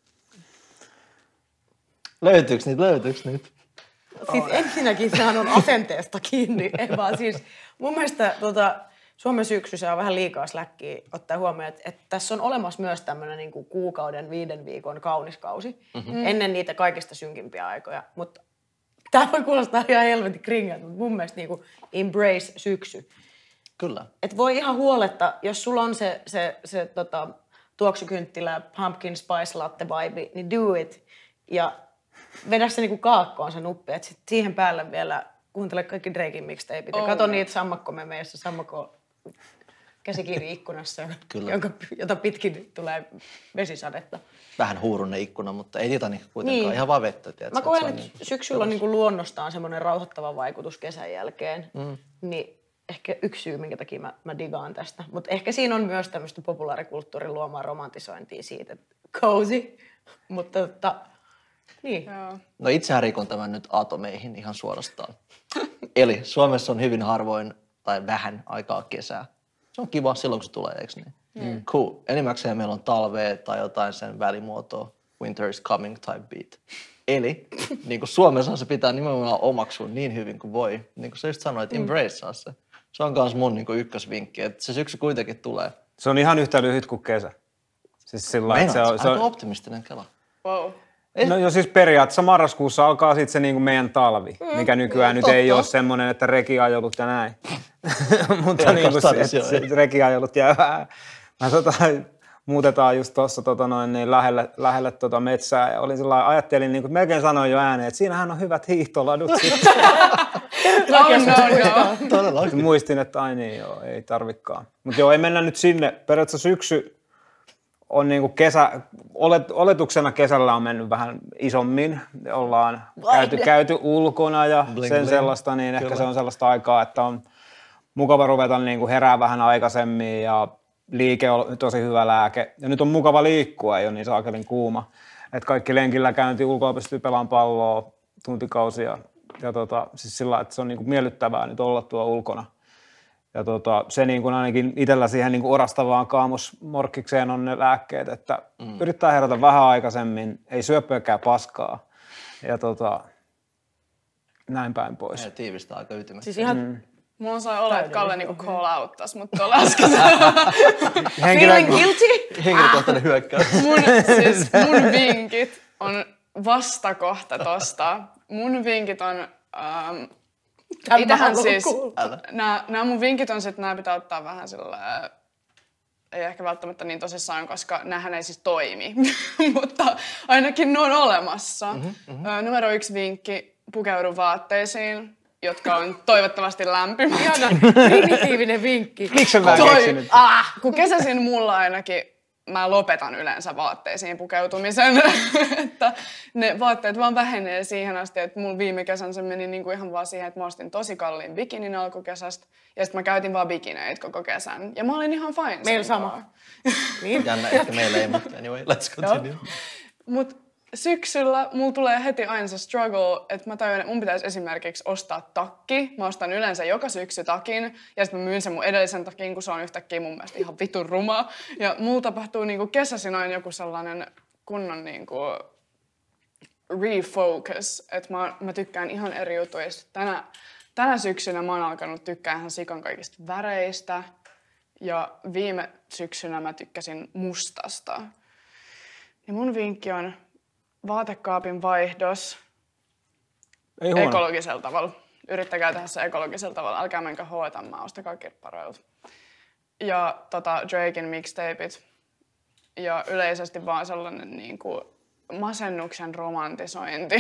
C: Löytyykö niitä, löytyykö niitä?
B: Siis ensinnäkin sehän on asenteesta kiinni, ei vaan siis mun mielestä tota, Suomen syksyssä on vähän liikaa släkkiä ottaa huomioon, että, että tässä on olemassa myös tämmöinen niin kuin kuukauden, viiden viikon kaunis kausi mm-hmm. ennen niitä kaikista synkimpiä aikoja. Mutta tämä voi kuulostaa ihan helvetin kringältä, mutta mun mielestä niin kuin embrace syksy.
C: Kyllä.
B: Et voi ihan huoletta, jos sulla on se, se, se tota, tuoksukynttilä, pumpkin spice latte vibe, niin do it. Ja vedä se niinku kaakkoon se nuppi, että siihen päälle vielä kuuntele kaikki Draken mixtapeit ja
D: Oh,
B: kato
D: no.
B: niitä sammakkomemeissä, sammakko käsikirja ikkunassa,
C: Kyllä.
B: jonka, jota pitkin tulee vesisadetta.
C: Vähän huurunne ikkuna, mutta ei Titanic kuitenkaan.
B: Niin.
C: Ihan vaan vettä. Tiedätkö,
B: Mä koen,
C: se on
B: että
C: niin
B: syksyllä on niinku luonnostaan semmoinen rauhoittava vaikutus kesän jälkeen, mm. niin ehkä yksi syy, minkä takia mä, mä digaan tästä. Mutta ehkä siinä on myös tämmöistä populaarikulttuurin luomaa romantisointia siitä, että cozy, mutta tota, niin.
D: Joo.
C: No itsehän rikon tämän nyt atomeihin ihan suorastaan. Eli Suomessa on hyvin harvoin tai vähän aikaa kesää. Se on kiva silloin, kun se tulee, eikö niin? Mm. Cool. Enimmäkseen meillä on talvea tai jotain sen välimuotoa. Winter is coming type beat. Eli niin kuin Suomessa se pitää nimenomaan omaksua niin hyvin kuin voi. Niin kuin sä just sanoit, embrace se. Se on myös mun niin kuin ykkösvinkki, että se syksy kuitenkin tulee.
A: Se on ihan yhtä lyhyt kuin kesä. Siis sillä, että se on, se
C: Aika
A: on,
C: optimistinen kela.
D: Wow.
A: no jo siis periaatteessa marraskuussa alkaa sitten se niinku meidän talvi, mikä nykyään nyt ei ole semmoinen, että rekiajelut ja näin. Mutta niinku se, että se rekiajelut jää vähän. Mä tota, muutetaan just tuossa tota noin niin lähelle, lähelle tota metsää ja olin sillä ajattelin niinku, että melkein sanoin jo ääneen, että siinähän on hyvät hiihtoladut.
D: No, no, no.
C: Todellakin.
A: Muistin, että ai niin joo, ei tarvikaan. Mutta joo, ei mennä nyt sinne. Periaatteessa syksy on niinku kesä, olet, oletuksena kesällä on mennyt vähän isommin. Ollaan käyty, käyty ulkona ja
C: Bling,
A: sen
C: bling.
A: sellaista, niin ehkä
C: Kyllä.
A: se on sellaista aikaa, että on mukava ruveta niinku herää vähän aikaisemmin ja liike on tosi hyvä lääke. Ja nyt on mukava liikkua, ei ole niin saakelin kuuma. Että kaikki lenkillä käynti, ulkoa pystyy pelaamaan palloa tuntikausia. Ja tota, siis sillä, että se on niinku miellyttävää nyt olla tuo ulkona. Ja tota, se niin kuin ainakin itsellä siihen niin kuin orastavaan kaamusmorkkikseen on ne lääkkeet, että mm. yrittää herätä vähän aikaisemmin, ei syö pelkkää paskaa ja tota, näin päin pois.
C: Ja tiivistää aika ytimessä.
B: Siis ihan
A: Mm.
D: Mulla on sai olla, että Kalle niinku call outtas, mutta tuolla äsken
B: Feeling guilty?
C: Henkilökohtainen hyökkäys.
D: mun, siis mun vinkit on vastakohta tosta. Mun vinkit on... Um, itähän siis... Nää, nää mun vinkit on sit, nää pitää ottaa vähän sillä... Ei ehkä välttämättä niin tosissaan, koska näähän ei siis toimi. Mutta ainakin ne on olemassa. Mm-hmm, mm-hmm. Numero yksi vinkki, pukeudu vaatteisiin, jotka on toivottavasti lämpimät.
B: Ihana, primitiivinen vinkki.
A: Miksi mä en keksinyt?
B: Ah,
D: Kun kesäsin mulla ainakin, mä lopetan yleensä vaatteisiin pukeutumisen. Että ne vaatteet vaan vähenee siihen asti, että mulla viime kesän se meni niinku ihan vaan siihen, että mä ostin tosi kalliin bikinin alkukesästä. Ja sitten mä käytin vaan bikineitä koko kesän. Ja mä olin ihan fine.
B: Meillä sama.
C: Niin. Jännä, ehkä meillä ei, mutta anyway, let's continue.
D: Mut syksyllä mulla tulee heti aina se struggle, että mä tajun, että mun pitäisi esimerkiksi ostaa takki. Mä ostan yleensä joka syksy takin ja sitten mä myyn sen mun edellisen takin, kun se on yhtäkkiä mun mielestä ihan vitun ruma. Ja mulla tapahtuu niinku kesäsin aina joku sellainen kunnon niinku refocus, että mä, mä tykkään ihan eri jutuista. Tänä, tänä syksynä mä oon alkanut tykkää ihan sikan kaikista väreistä ja viime syksynä mä tykkäsin mustasta. Ja mun vinkki on vaatekaapin vaihdos ekologisella tavalla. Yrittäkää tehdä se ekologisella tavalla. Älkää menkö H and M, ostakaa kirpparoilta. Ja tota, Draken mixtapeit. Ja yleisesti vaan sellainen niin kuin masennuksen romantisointi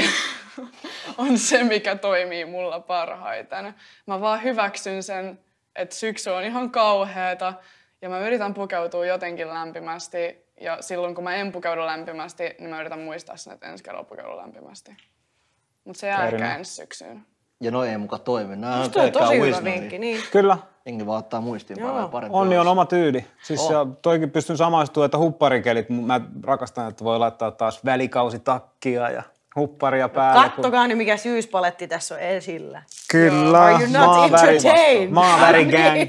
D: on se, mikä toimii mulla parhaiten. Mä vaan hyväksyn sen, että syksy on ihan kauheeta ja mä yritän pukeutua jotenkin lämpimästi. Ja silloin, kun mä en pukeudu lämpimästi, niin mä yritän muistaa sen, että ensi kerralla pukeudu lämpimästi. Mutta se jää ehkä ensi syksyyn.
C: Ja noi ei muka toimi. Nää on
B: toi on
C: pelkkää
B: tosi hyvä
C: wisdomia.
B: vinkki, niin.
A: Kyllä.
C: Jengi vaan ottaa muistiinpanoja parempi.
A: Onni on oma tyyli. Siis
C: Oh.
A: ja toikin pystyn samaistumaan, että hupparikelit, mä rakastan, että voi laittaa taas välikausitakkia ja hupparia päälle.
B: Kattokaa nyt, mikä syyspaletti tässä on esillä.
A: Kyllä,
B: Are you not entertained?
A: maavärigang.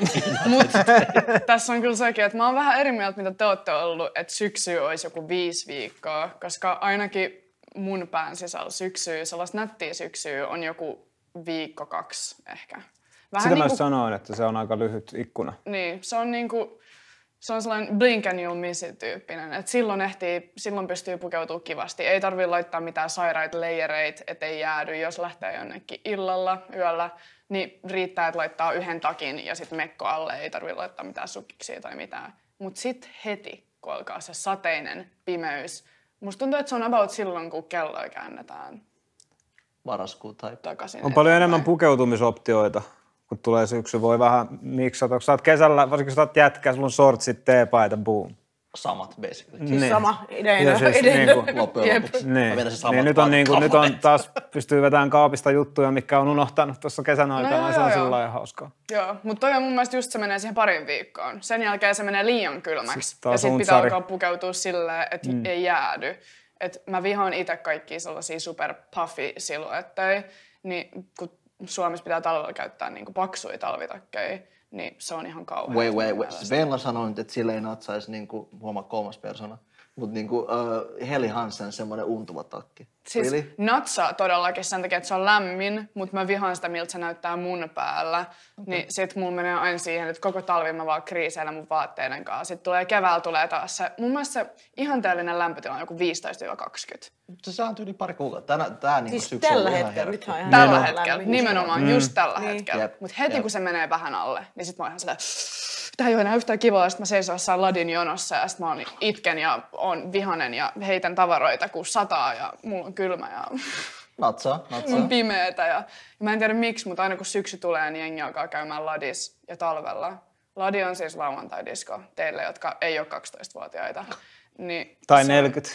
D: Mut tässä on kyllä sekin, että mä oon vähän eri mieltä, mitä te ootte ollut, että syksy olisi joku viisi viikkoa, koska ainakin mun pään sisällä syksyä, sellaista nättiä syksyä on joku viikko, kaksi ehkä. Vähän
A: Sitä mä
D: niinku,
A: sanoin, että se on aika lyhyt ikkuna.
D: niin, se on niinku, se on sellainen blink and you'll miss it -tyyppinen, että silloin ehtii, silloin pystyy pukeutumaan kivasti. Ei tarvitse laittaa mitään sairaita leijereitä, ettei jäädy, jos lähtee jonnekin illalla, yöllä, niin riittää, että laittaa yhden takin ja sitten mekko alle, ei tarvitse laittaa mitään sukkiksia tai mitään. Mutta sitten heti, kun alkaa se sateinen pimeys, musta tuntuu, että se on about silloin, kun kelloja käännetään
C: Marraskuu tai...
D: takaisin.
A: On paljon
D: eteenpäin.
A: enemmän pukeutumisoptioita, kun tulee syksy. Voi vähän miksata. Kun sä oot kesällä, varsinkin kun sä oot jätkä, sulla on shortsit, teepaita, boom.
C: Samat basically.
B: Siis
A: Niin.
B: sama ideina.
A: Ja siis
B: ideina.
A: niinku-
C: Loppujen
B: Jep.
C: lopuksi.
A: Niin,
C: Mä vedän se samat
A: niin nyt, on, niin kuin, nyt on
C: kappaleet.
A: taas pystyy vetämään kaapista juttuja, mitkä on unohtanut tuossa kesän aikana.
D: joo,
A: No, se on
D: joo,
A: sillä
D: joo.
A: lailla hauskaa.
D: Joo, mutta toi on mun mielestä just se menee siihen parin viikkoon. Sen jälkeen se menee liian kylmäksi.
A: Siis taas
D: ja sit pitää
A: untsari.
D: alkaa pukeutua silleen, että mm. ei jäädy. Et mä vihaan itse kaikkia sellaisia super puffy siluetteja, niin kun Suomessa pitää talvella käyttää niinku paksuja talvitakkeja, niin se on ihan kauheaa.
C: Wait, wait, wait. Siis Venla sanoi nyt, että sille ei natsaisi niinku, huomaa kolmas persona, mutta niinku uh, Heli Hansen semmoinen untuva takki.
D: Siis
C: Really?
D: natsaa todellakin sen takia, että se on lämmin, mutta mä vihaan sitä, miltä se näyttää mun päällä. Okay. Niin sit mulla menee aina siihen, että koko talvi mä vaan kriiseilen mun vaatteiden kanssa. Sitten tulee keväällä tulee taas se, mun mielestä se ihanteellinen lämpötila on joku viisitoista kaksikymmentä.
C: Se on yli pari kuukautta. Tänä, tää niinku
B: Siis
C: syksy on
B: tällä
C: ihan
B: hetkellä,
C: herkkä.
B: nythän on ihan
D: Tällä
B: helvetin
D: hetkellä,
B: lämmin.
D: nimenomaan
A: Mm.
D: just tällä
B: Niin.
D: hetkellä.
C: Jep.
D: Mutta heti
C: Jep.
D: kun se menee vähän alle, niin sit mä oon ihan silleen, tää ei ole enää yhtään kivaa. Sitten mä seison jossain ladin jonossa ja sit mä oon itken ja oon vihanen ja heitän tavaroita, kun sataa ja mulla on kylmä ja
C: Natsaa, natsaa.
D: on pimeetä. Ja, ja mä en tiedä miksi, mutta aina kun syksy tulee, niin jengi alkaa käymään ladis ja talvella. Ladi on siis lauantai-disko teille, jotka ei ole kaksitoistavuotiaita. Niin
A: Tai
D: se-
A: neljäkymmentä.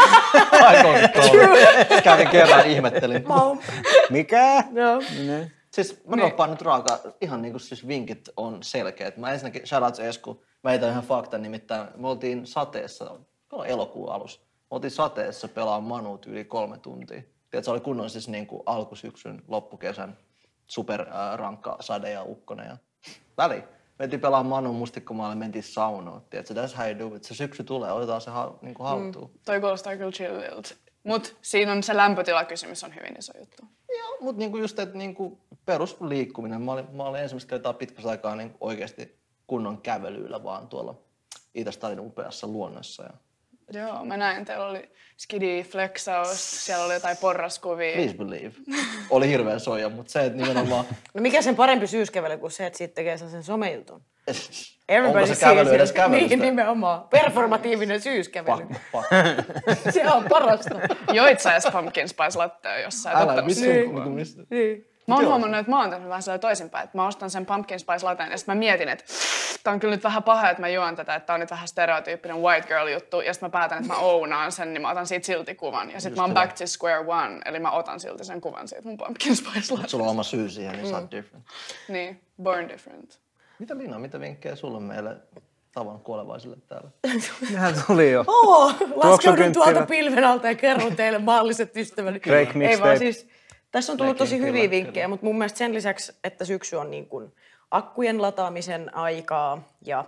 C: Ai kolmekymmentäkolme. Kävin kerran, ihmettelin.
B: Mau.
A: Mikä?
B: Joo.
A: Niin.
C: Siis mä droppaan nyt raakaa, ihan niinku siis vinkit on selkeät. Mä ensinnäkin, shoutouts Esku, mä heitän ihan fakta, nimittäin me oltiin sateessa, no, elokuun alussa, me oltiin sateessa pelaamaan Manut yli kolme tuntia. Tiedät, se oli kunnon siis niinku alkusyksyn, loppukesän super äh, rankka sade ja ukkonen ja väli. Mentiin pelaamaan Manun mustikkomaalle, mentiin saunoon. Tiedätkö, that's how you do it. Se syksy tulee, otetaan se ha, niinku haltuun. Mm.
D: Toi kuulostaa kyllä chilliltä. Mut siinä on se lämpötilakysymys on hyvin iso juttu.
C: Joo, mutta niinku just, että niinku perusliikkuminen. Mä olin, mä olin ensimmäistä kertaa pitkästä aikaa niin oikeasti kunnon kävelyillä vaan tuolla Itä-Stalin upeassa luonnossa. Ja
D: Joo, mä näin, teillä oli skidi flexaus, siellä oli jotain porraskuvia.
C: please believe. Oli hirveä soja, mutta se, että nimenomaan...
B: No mikä sen parempi syyskävely kuin se, että siitä tekee sen somejutun?
C: Onko se kävely
B: sees
C: edes
B: it.
C: kävelystä?
B: Niin, nimenomaan. Performatiivinen syyskävely.
C: Pak, pak.
B: Se on parasta.
D: Joit sä edes pumpkin spice lattea jossain
C: Älä,
D: tottamassa?
C: vittu,
B: Niin.
C: niin. mistä?
B: Niin.
D: Mä oon
C: Joo.
D: huomannut, että mä oon tehnyt vähän sellainen toisinpäin, että mä ostan sen pumpkin spice lateen ja sitten mä mietin, että tää on kyllä nyt vähän paha, että mä juon tätä, että tää on nyt vähän stereotyyppinen white girl juttu ja sitten mä päätän, että mä ownaan sen, niin mä otan siitä silti kuvan ja sitten mä oon back to square one, eli mä otan silti sen kuvan siitä mun pumpkin spice lateen.
C: Sulla on oma syy siihen, niin sä oot different.
D: Niin, born different.
C: Mitä Liina, mitä vinkkejä sulla on meille tavan kuolevaisille täällä?
A: Nehän tuli jo.
B: Oo, laskeudun
A: Tuoksukynttilät.
B: tuolta pilven alta ja kerron teille maalliset ystäväni.
A: Drake
B: Ei
A: mixtape.
B: vaan siis, tässä on tullut tosi
C: Kyllä,
B: hyviä
C: kyllä.
B: vinkkejä, mutta mun mielestä sen lisäksi, että syksy on niin kuin akkujen lataamisen aikaa ja,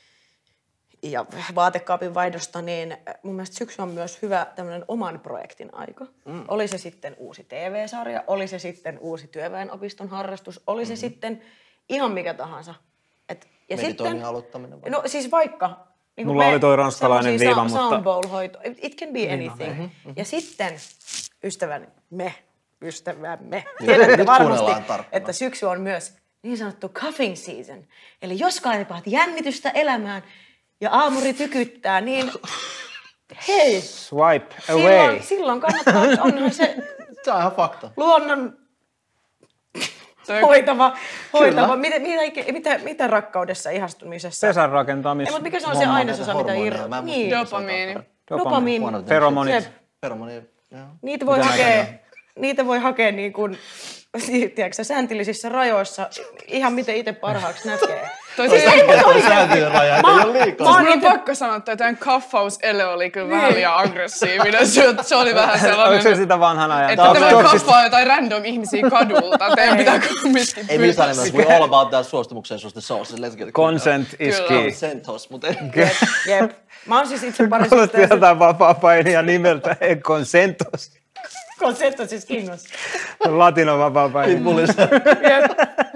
B: ja vaatekaapin vaihdosta, niin mun mielestä syksy on myös hyvä tämmöinen oman projektin aika. Mm. Oli se sitten uusi T V-sarja, oli se sitten uusi työväenopiston harrastus, oli
C: Mm-hmm.
B: se sitten ihan mikä tahansa. Et, ja
C: Meditoinnin
B: sitten,
C: aloittaminen vai?
B: no siis vaikka... Niin
A: Mulla oli toi ranskalainen
B: semmosia
A: viiva,
B: sound-
A: mutta-
B: soundbowl-hoito. It can be anything. Ja sitten, ystäväni, me, ystävämme, tiedätte
C: nyt
B: varmasti,
C: kuunnellaan tarkkana.
B: että syksy on myös niin sanottu cuffing season. Eli jos kaipaat jännitystä elämään ja aamuri tykyttää, niin hei,
A: Swipe away.
B: silloin, silloin kannattaa, onhan se
C: Se on ihan fakta.
B: luonnon
D: Toi-
B: hoitava, hoitava. Mitä, mitä, mitä, mitä rakkaudessa, ihastumisessa?
A: Pesän rakentamis.
B: Ei, mutta mikä se on se
A: homma.
B: ainesosa, mitä
C: hormoneja,
B: irro...
C: mä en muista,
B: Niin,
C: mitä se on
D: Dopamiini.
C: tarkkaan.
B: dopamiini.
C: Huonot
A: Feromonit.
B: Jep.
C: Feromoni, joo.
B: Niitä voi
A: Mitä
B: hakea,
A: näköjään?
B: niitä voi hakea niin kuin, tiedätkö, sääntillisissä rajoissa, ihan miten itse parhaaksi näkee.
D: Toi
B: Siis
D: toi-
B: ei, mutta
C: Toi
B: oikein.
C: sääntöjen raja, ei
B: Mä-
C: ole liikaa.
B: mä oon
D: Mun on
B: itse-
D: pakko sanoa, että tämän kaffausele oli kyllä vähän liian aggressiivinen. Se, se oli vähän
A: Onko
D: sellainen,
A: se sitä vanhan ajan?
D: että
A: Tää on
D: tämä
A: toksista.
D: kaffaa jotain random ihmisiä kadulta. Teidän pitää kumminkin
C: Ei missään nimessä. We all about that suostumuksellisuus, the sauce. Let's get it.
A: Consent is
D: Kyllä.
A: key.
C: Consentos, mutta ei.
B: Jep, jep. Mä oon siis itse
A: Olet
B: parisuhteessa.
A: jotain vapaa-painia nimeltä Consentos.
B: Konsentos siis kingos.
A: Latino vapaa-paini.
C: Pitbullissa.
B: Jep.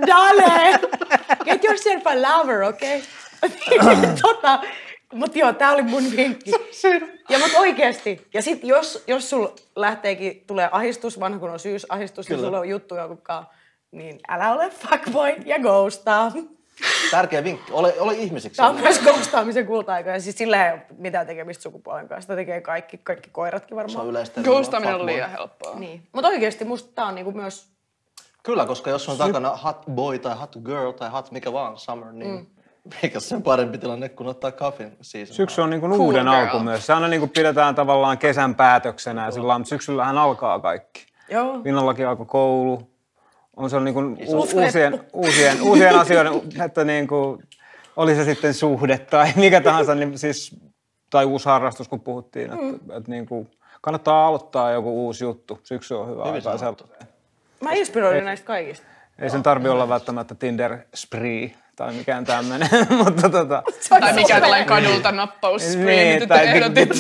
B: Dale! Get yourself a lover, okei? Okay? tota, mut joo, tää oli mun vinkki. Ja mut oikeesti. Ja sit jos, jos sul lähteekin, tulee ahistus, vanha kun on syysahistus, niin
C: Kyllä.
B: sulla on juttuja kukaan, niin älä ole fuckboy ja ghostaa.
C: Tärkeä vinkki. Ole, ole ihmisiksi.
B: Tää on myös ghostaamisen kulta-aika. Ja siis sillä ei ole mitään tekemistä sukupuolen kanssa. Sitä tekee kaikki, kaikki koiratkin
C: Se on
B: varmaan.
C: yleistä.
D: Ghostaminen on
C: Fuckboy.
D: liian helppoa.
B: Niin. Mut oikeesti musta tää on niinku myös...
C: Kyllä, koska jos on takana hot boy tai hot girl tai hot mikä vaan summer, niin mm. eikä sen parempi tilanne kuin ottaa coffin season.
A: Syksy on niin kuin
D: Cool
A: uuden
D: girl.
A: alku myös. Se aina niin kuin pidetään tavallaan kesän päätöksenä ja sillä lailla, mutta syksyllähän alkaa kaikki.
B: Joo.
A: Vinnallakin alkoi koulu. On se on niin kuin u-
B: Iso
A: uusien, uusien, uusien asioiden, että niin kuin, oli se sitten suhde tai mikä tahansa, niin siis, tai uusi harrastus, kun puhuttiin. Että, mm. että niin kuin, kannattaa aloittaa joku uusi juttu. Syksy on hyvä
C: Hyvin
A: aika.
C: sanottu.
A: sellaiseen.
B: Mä inspiroidun näistä kaikista.
A: Ei sen tarvi olla välttämättä Tinder spree tai mikään tämmöinen, mutta tota...
D: Tai mikä tällainen kadulta nappausspray,
A: Niin,
D: mitä te
A: tai-
D: ehdotit.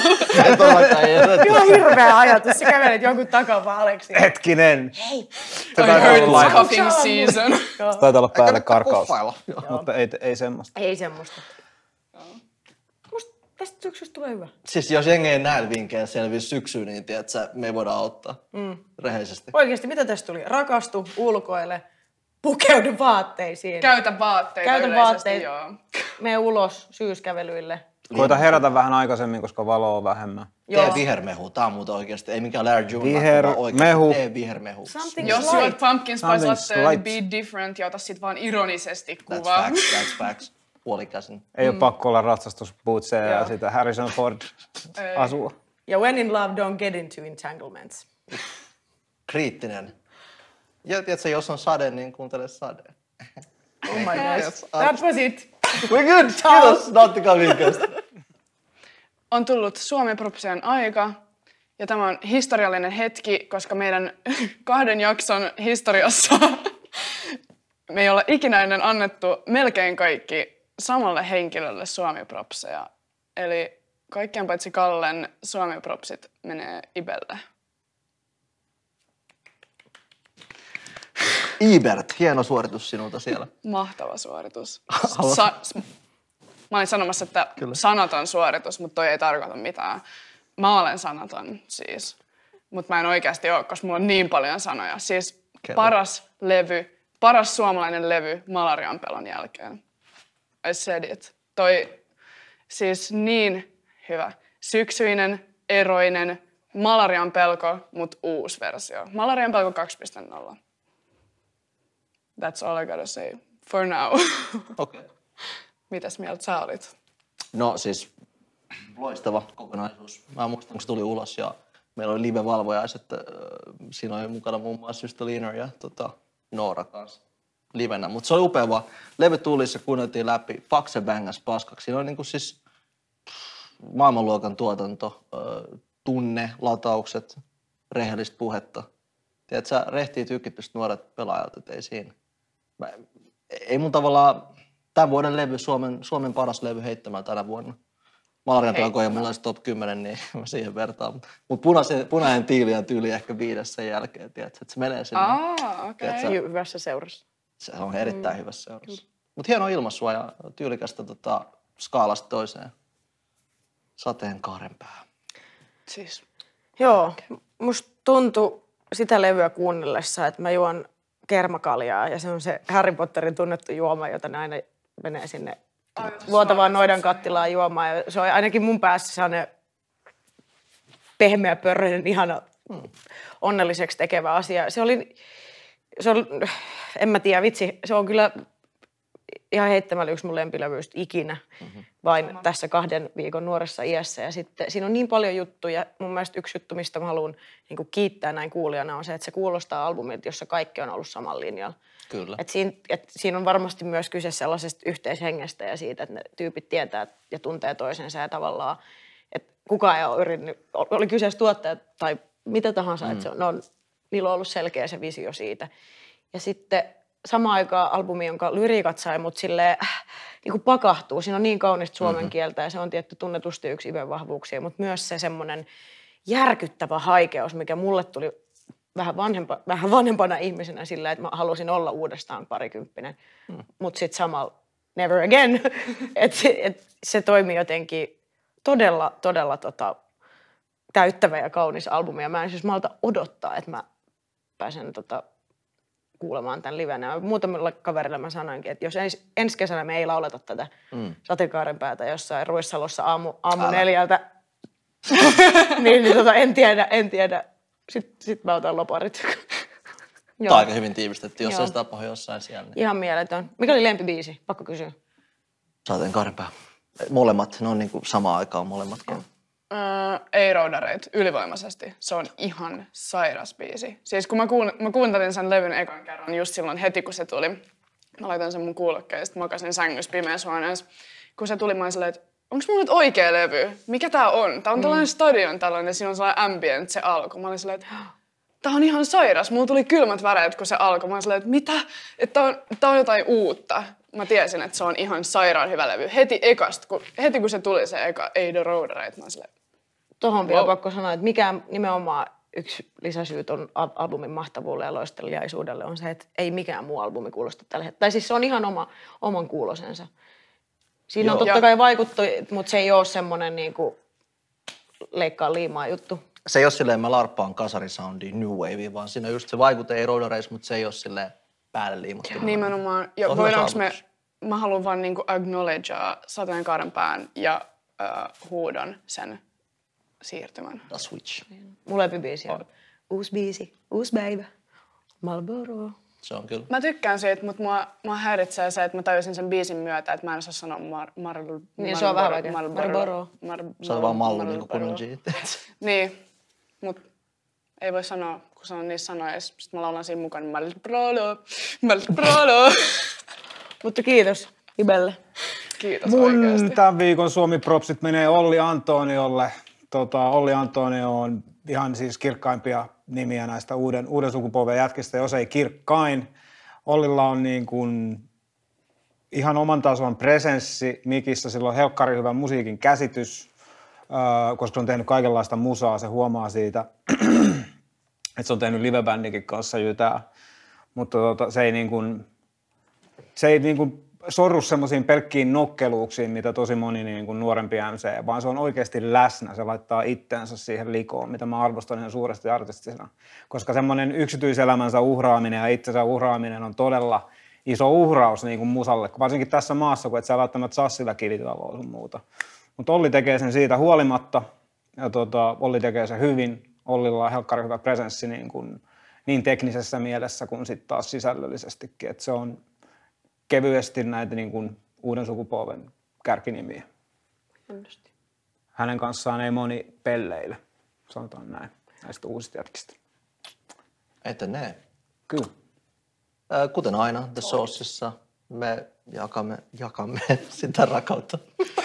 C: Et ole tai ei ole.
B: Ihan hirveä ajatus. Sä kävelet jonkun takaa Aleksi.
A: Hetkinen!
B: Hei.
A: Se
D: I
A: taitaa
D: heard
A: olla,
D: it's
A: laite-
D: cuffing season.
A: se taitaa olla päälle karkaus,
C: Puffailla.
A: mutta ei, ei semmoista.
B: Ei semmoista. Musta tästä syksystä tulee hyvä.
C: Siis jos jengi ei näe vinkkejä selviä syksyyn, niin tiedät sä, me ei voida auttaa. Mm. Rehellisesti.
B: Oikeesti, mitä tästä tuli? Rakastu, ulkoile, pukeudu vaatteisiin.
D: Käytä vaatteita
B: Käytä
D: yleisesti,
B: vaatteita.
D: joo.
B: Mene ulos syyskävelyille.
A: Koita herätä vähän aikaisemmin, koska valoa on vähemmän.
C: Tee vihermehu. Tää on muuta oikeesti. Ei mikään Larry June.
A: Vihermehu.
C: Tee vihermehu.
B: Something
D: Jos
B: light.
D: juot pumpkin spice
A: Something
D: latte,
A: slight.
D: be different ja ota sit vaan ironisesti
C: That's
D: kuvaa.
C: facts, that's facts. Puolikäsin.
A: Ei ole pakko olla ratsastusbootseja ja
B: Joo.
A: sitä Harrison Ford asua.
B: Ja when in love, don't get into entanglements.
C: Kriittinen. Ja tiedätkö, jos on sade, niin kuuntele sade.
B: Oh my god. That was it.
C: We good! Kiitos, nauttikaa vinkkeistä.
D: On tullut Suomen propsien aika ja tämä on historiallinen hetki, koska meidän kahden jakson historiassa me ei olla ikinä ennen annettu melkein kaikki samalle henkilölle Suomi-propseja. Eli kaikkien paitsi Kallen Suomi-propsit menee Ibelle.
C: Ibert, hieno suoritus sinulta siellä.
D: Mahtava suoritus.
C: Haluat-
D: Sa- s- mä olin sanomassa, että
C: Kyllä.
D: sanaton suoritus, mutta toi ei tarkoita mitään. Mä olen sanaton siis, mutta mä en oikeasti ole, koska mulla on niin paljon sanoja. Siis
C: Kerro.
D: paras levy, paras suomalainen levy Malarian pelon jälkeen. I said it. Toi siis niin hyvä. Syksyinen, eroinen, Malarian pelko, mutta uusi versio. Malarian pelko kaksi piste nolla. That's all I gotta say for now.
C: Okei. Okay.
D: Mitäs mieltä sä olit?
C: No siis loistava kokonaisuus. Mä muistan, kun se tuli ulos ja meillä oli live-valvojaiset. Äh, siinä oli mukana muun muassa just Liner ja tota, Noora kanssa livenä. Mutta se oli upea vaan. Levy tuli, se kuunneltiin läpi. Fuck se bängas paskaksi. Siinä oli niinku siis maailmanluokan tuotanto, äh, tunne, lataukset, rehellistä puhetta. Tiedätkö, sä rehtii tykkitystä nuoret pelaajat, et ei siinä. Mä, ei mun tavallaan tämän vuoden levy, Suomen, Suomen paras levy heittämällä tänä vuonna. Malarian pelko ja mulla olisi top kymmenen, niin mä siihen vertaan. Mutta punainen, punainen tiili on tyyli ehkä viides sen jälkeen, tiedätkö, että se menee sinne.
D: Aa, okei.
C: Tiedätkö,
B: Hyvässä seurassa.
C: se on erittäin mm. hyvässä seurassa. Mutta hieno ilmaisua ja tyylikästä tota, skaalasta toiseen. Sateenkaaren pää.
D: Siis.
B: Joo, musta tuntui sitä levyä kuunnellessa, että mä juon kermakaljaa ja se on se Harry Potterin tunnettu juoma, jota ne aina menee sinne vuotavaan noidan kattilaan juomaan. Ja se on ainakin mun päässä sellainen pehmeä, pörröinen, ihana, onnelliseksi tekevä asia. Se oli, se on, en mä tiedä, vitsi, se on kyllä ihan heittämällä yksi mun lempilevyistä ikinä, mm-hmm. vain tässä kahden viikon nuoressa iässä. Ja sitten siinä on niin paljon juttuja. Mun mielestä yksi juttu, mistä mä haluan niin kuin kiittää näin kuulijana, on se, että se kuulostaa albumilta, jossa kaikki on ollut samalla linjalla.
C: Kyllä.
B: Et siinä, et siinä on varmasti myös kyse sellaisesta yhteishengestä ja siitä, että ne tyypit tietää ja tuntee toisensa ja tavallaan, että kukaan ei ole yrittänyt, oli kyseessä tuottajat tai mitä tahansa, mm. että se on, ne on, niillä on ollut selkeä se visio siitä. Ja sitten samaan aikaan albumi, jonka lyriikat sai mut silleen äh, niin kuin pakahtuu. Siinä on niin kaunista suomen mm-hmm. kieltä ja se on tietty tunnetusti yksi Iven vahvuuksia, mutta myös se semmoinen järkyttävä haikeus, mikä mulle tuli vähän, vanhempa, vähän vanhempana ihmisenä sillä, että mä halusin olla uudestaan parikymppinen, mm. mutta sitten samalla never again. että et se toimi jotenkin todella, todella tota, täyttävä ja kaunis albumi ja mä en siis malta odottaa, että mä pääsen tota, kuulemaan tämän livenä. Muutamilla kaverilla mä sanoinkin, että jos ens, ensi kesänä me ei lauleta tätä mm. sateenkaaren päätä jossain Ruissalossa aamu, aamu neljältä, niin, niin tota, en tiedä, en tiedä. Sitten sit mä otan loparit.
C: Tämä on aika hyvin tiivistetty, jos se tapahtuu jossain siellä. Niin.
B: Ihan mieletön. Mikä oli lempibiisi? Pakko kysyä.
C: Sateenkaaren pää. Molemmat, ne on niinku samaan aikaan molemmat.
D: Öö, ei roudareit, ylivoimaisesti. Se on ihan sairas biisi. Siis kun mä, kuun, mä kuuntelin sen levyn ekan kerran just silloin heti, kun se tuli. Mä laitan sen mun kuulokkeen ja sit makasin sängyssä pimeässä huoneessa. Kun se tuli, mä olin silleen, että onks mulla nyt oikea levy? Mikä tää on? Tää on tällainen mm. stadion tällainen, siinä on sellainen ambient se alku. Mä olin silleen, että tää on ihan sairas. Mulla tuli kylmät väreet, kun se alkoi. Mä olin silleen, että mitä? Että tää on, tää on jotain uutta. Mä tiesin, että se on ihan sairaan hyvä levy. Heti ekasta, kun, heti kun se tuli se eka Ei do roudareit, mä olin silleen,
B: Tohon vielä wow. pakko sanoa, että mikä nimenomaan yksi lisäsyy ton albumin mahtavuudelle ja loisteliaisuudelle on se, että ei mikään muu albumi kuulosta tällä hetkellä. Tai siis se on ihan oma, oman kuulosensa. Siinä Joo. on totta ja. kai vaikuttu, mutta se ei ole semmoinen niinku leikkaa liimaa juttu.
C: Se ei ole silleen, mä larppaan kasarisoundia, new wavea, vaan siinä just se vaikute ei roudareissa, mutta se ei ole silleen päälle liimattu.
D: Nimenomaan. Ja voidaanko me, mä haluan vaan niinku acknowledgea sateenkaaren pään ja uh, huudon sen siirtymän.
C: The Switch.
B: Mulla lempibiisi on uusi biisi, uusi päivä, Marlboro.
C: Se on kyllä.
D: Mä tykkään siitä, mutta mua, mua häiritsee se, että mä tajusin sen biisin myötä, että mä en osaa sanoa mar, mar, mar,
B: niin, se on vähän vaikea.
D: Marlboro.
C: Se on vaan mallu niin kuin kunnon G.
D: Niin, mutta ei voi sanoa, kun sanon niissä sanoja, sitten mä laulan siinä mukaan, niin Marlboro, Marlboro.
B: Mutta kiitos Ibelle.
D: Kiitos
A: Mun
D: oikeasti.
A: tämän viikon Suomi-propsit menee Olli Antoniolle. Tota, Olli Antonio on ihan siis kirkkaimpia nimiä näistä uuden, uuden sukupolven jätkistä, jos ei kirkkain. Ollilla on niin kuin ihan oman tason presenssi mikissä, sillä on helkkari hyvä musiikin käsitys, äh, koska se on tehnyt kaikenlaista musaa, se huomaa siitä, että se on tehnyt livebändikin kanssa jytää. mutta tota, se ei, niin kuin, se ei niin kuin sorru semmoisiin pelkkiin nokkeluuksiin, mitä tosi moni niin kuin nuorempi M C, vaan se on oikeasti läsnä. Se laittaa itteensä siihen likoon, mitä mä arvostan ihan suuresti artistisena. Koska semmoinen yksityiselämänsä uhraaminen ja itsensä uhraaminen on todella iso uhraus niin kuin musalle, varsinkin tässä maassa, kun et sä välttämättä saa sillä kilitaloa sun muuta. Mutta Olli tekee sen siitä huolimatta ja tota, Olli tekee sen hyvin. Ollilla on helkkari hyvä presenssi niin, kuin, niin teknisessä mielessä kuin sitten taas sisällöllisestikin. Et se on kevyesti näitä niin kuin uuden sukupolven kärkinimiä.
B: Hienosti.
A: Hänen kanssaan ei moni pelleile, sanotaan näin, näistä uusista jätkistä.
C: Etenee.
A: Kyllä.
C: Ää, Kuten aina The Sauceissa me jakamme, jakamme sitä rakkautta.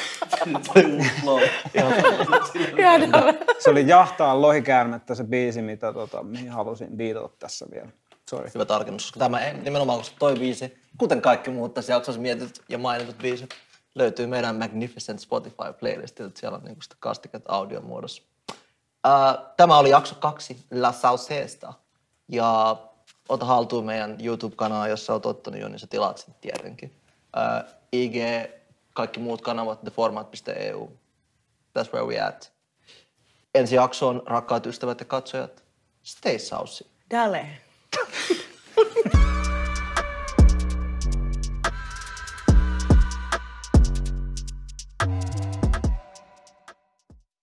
A: Se oli Jahtaa lohikäärmettä se biisi, mitä tota, mihin halusin viitata tässä vielä. Sorry.
C: Hyvä tarkennus, koska tämä ei, nimenomaan koska toi biisi, kuten kaikki muut tässä jaksossa mietityt ja mainitut biisit, löytyy meidän Magnificent Spotify-playlistilta. Siellä on niinku sitä kastiket audion muodossa. Ää, Tämä oli jakso kaksi La Sauceesta. Ja ota haltuun meidän YouTube-kanava, jos sä oot ottanut jo, niin sä tilaat sen tietenkin. Ää, I G, kaikki muut kanavat, theformat piste e u. That's where we at. Ensi jaksoon, rakkaat ystävät ja katsojat, stay saucy.
B: Dale.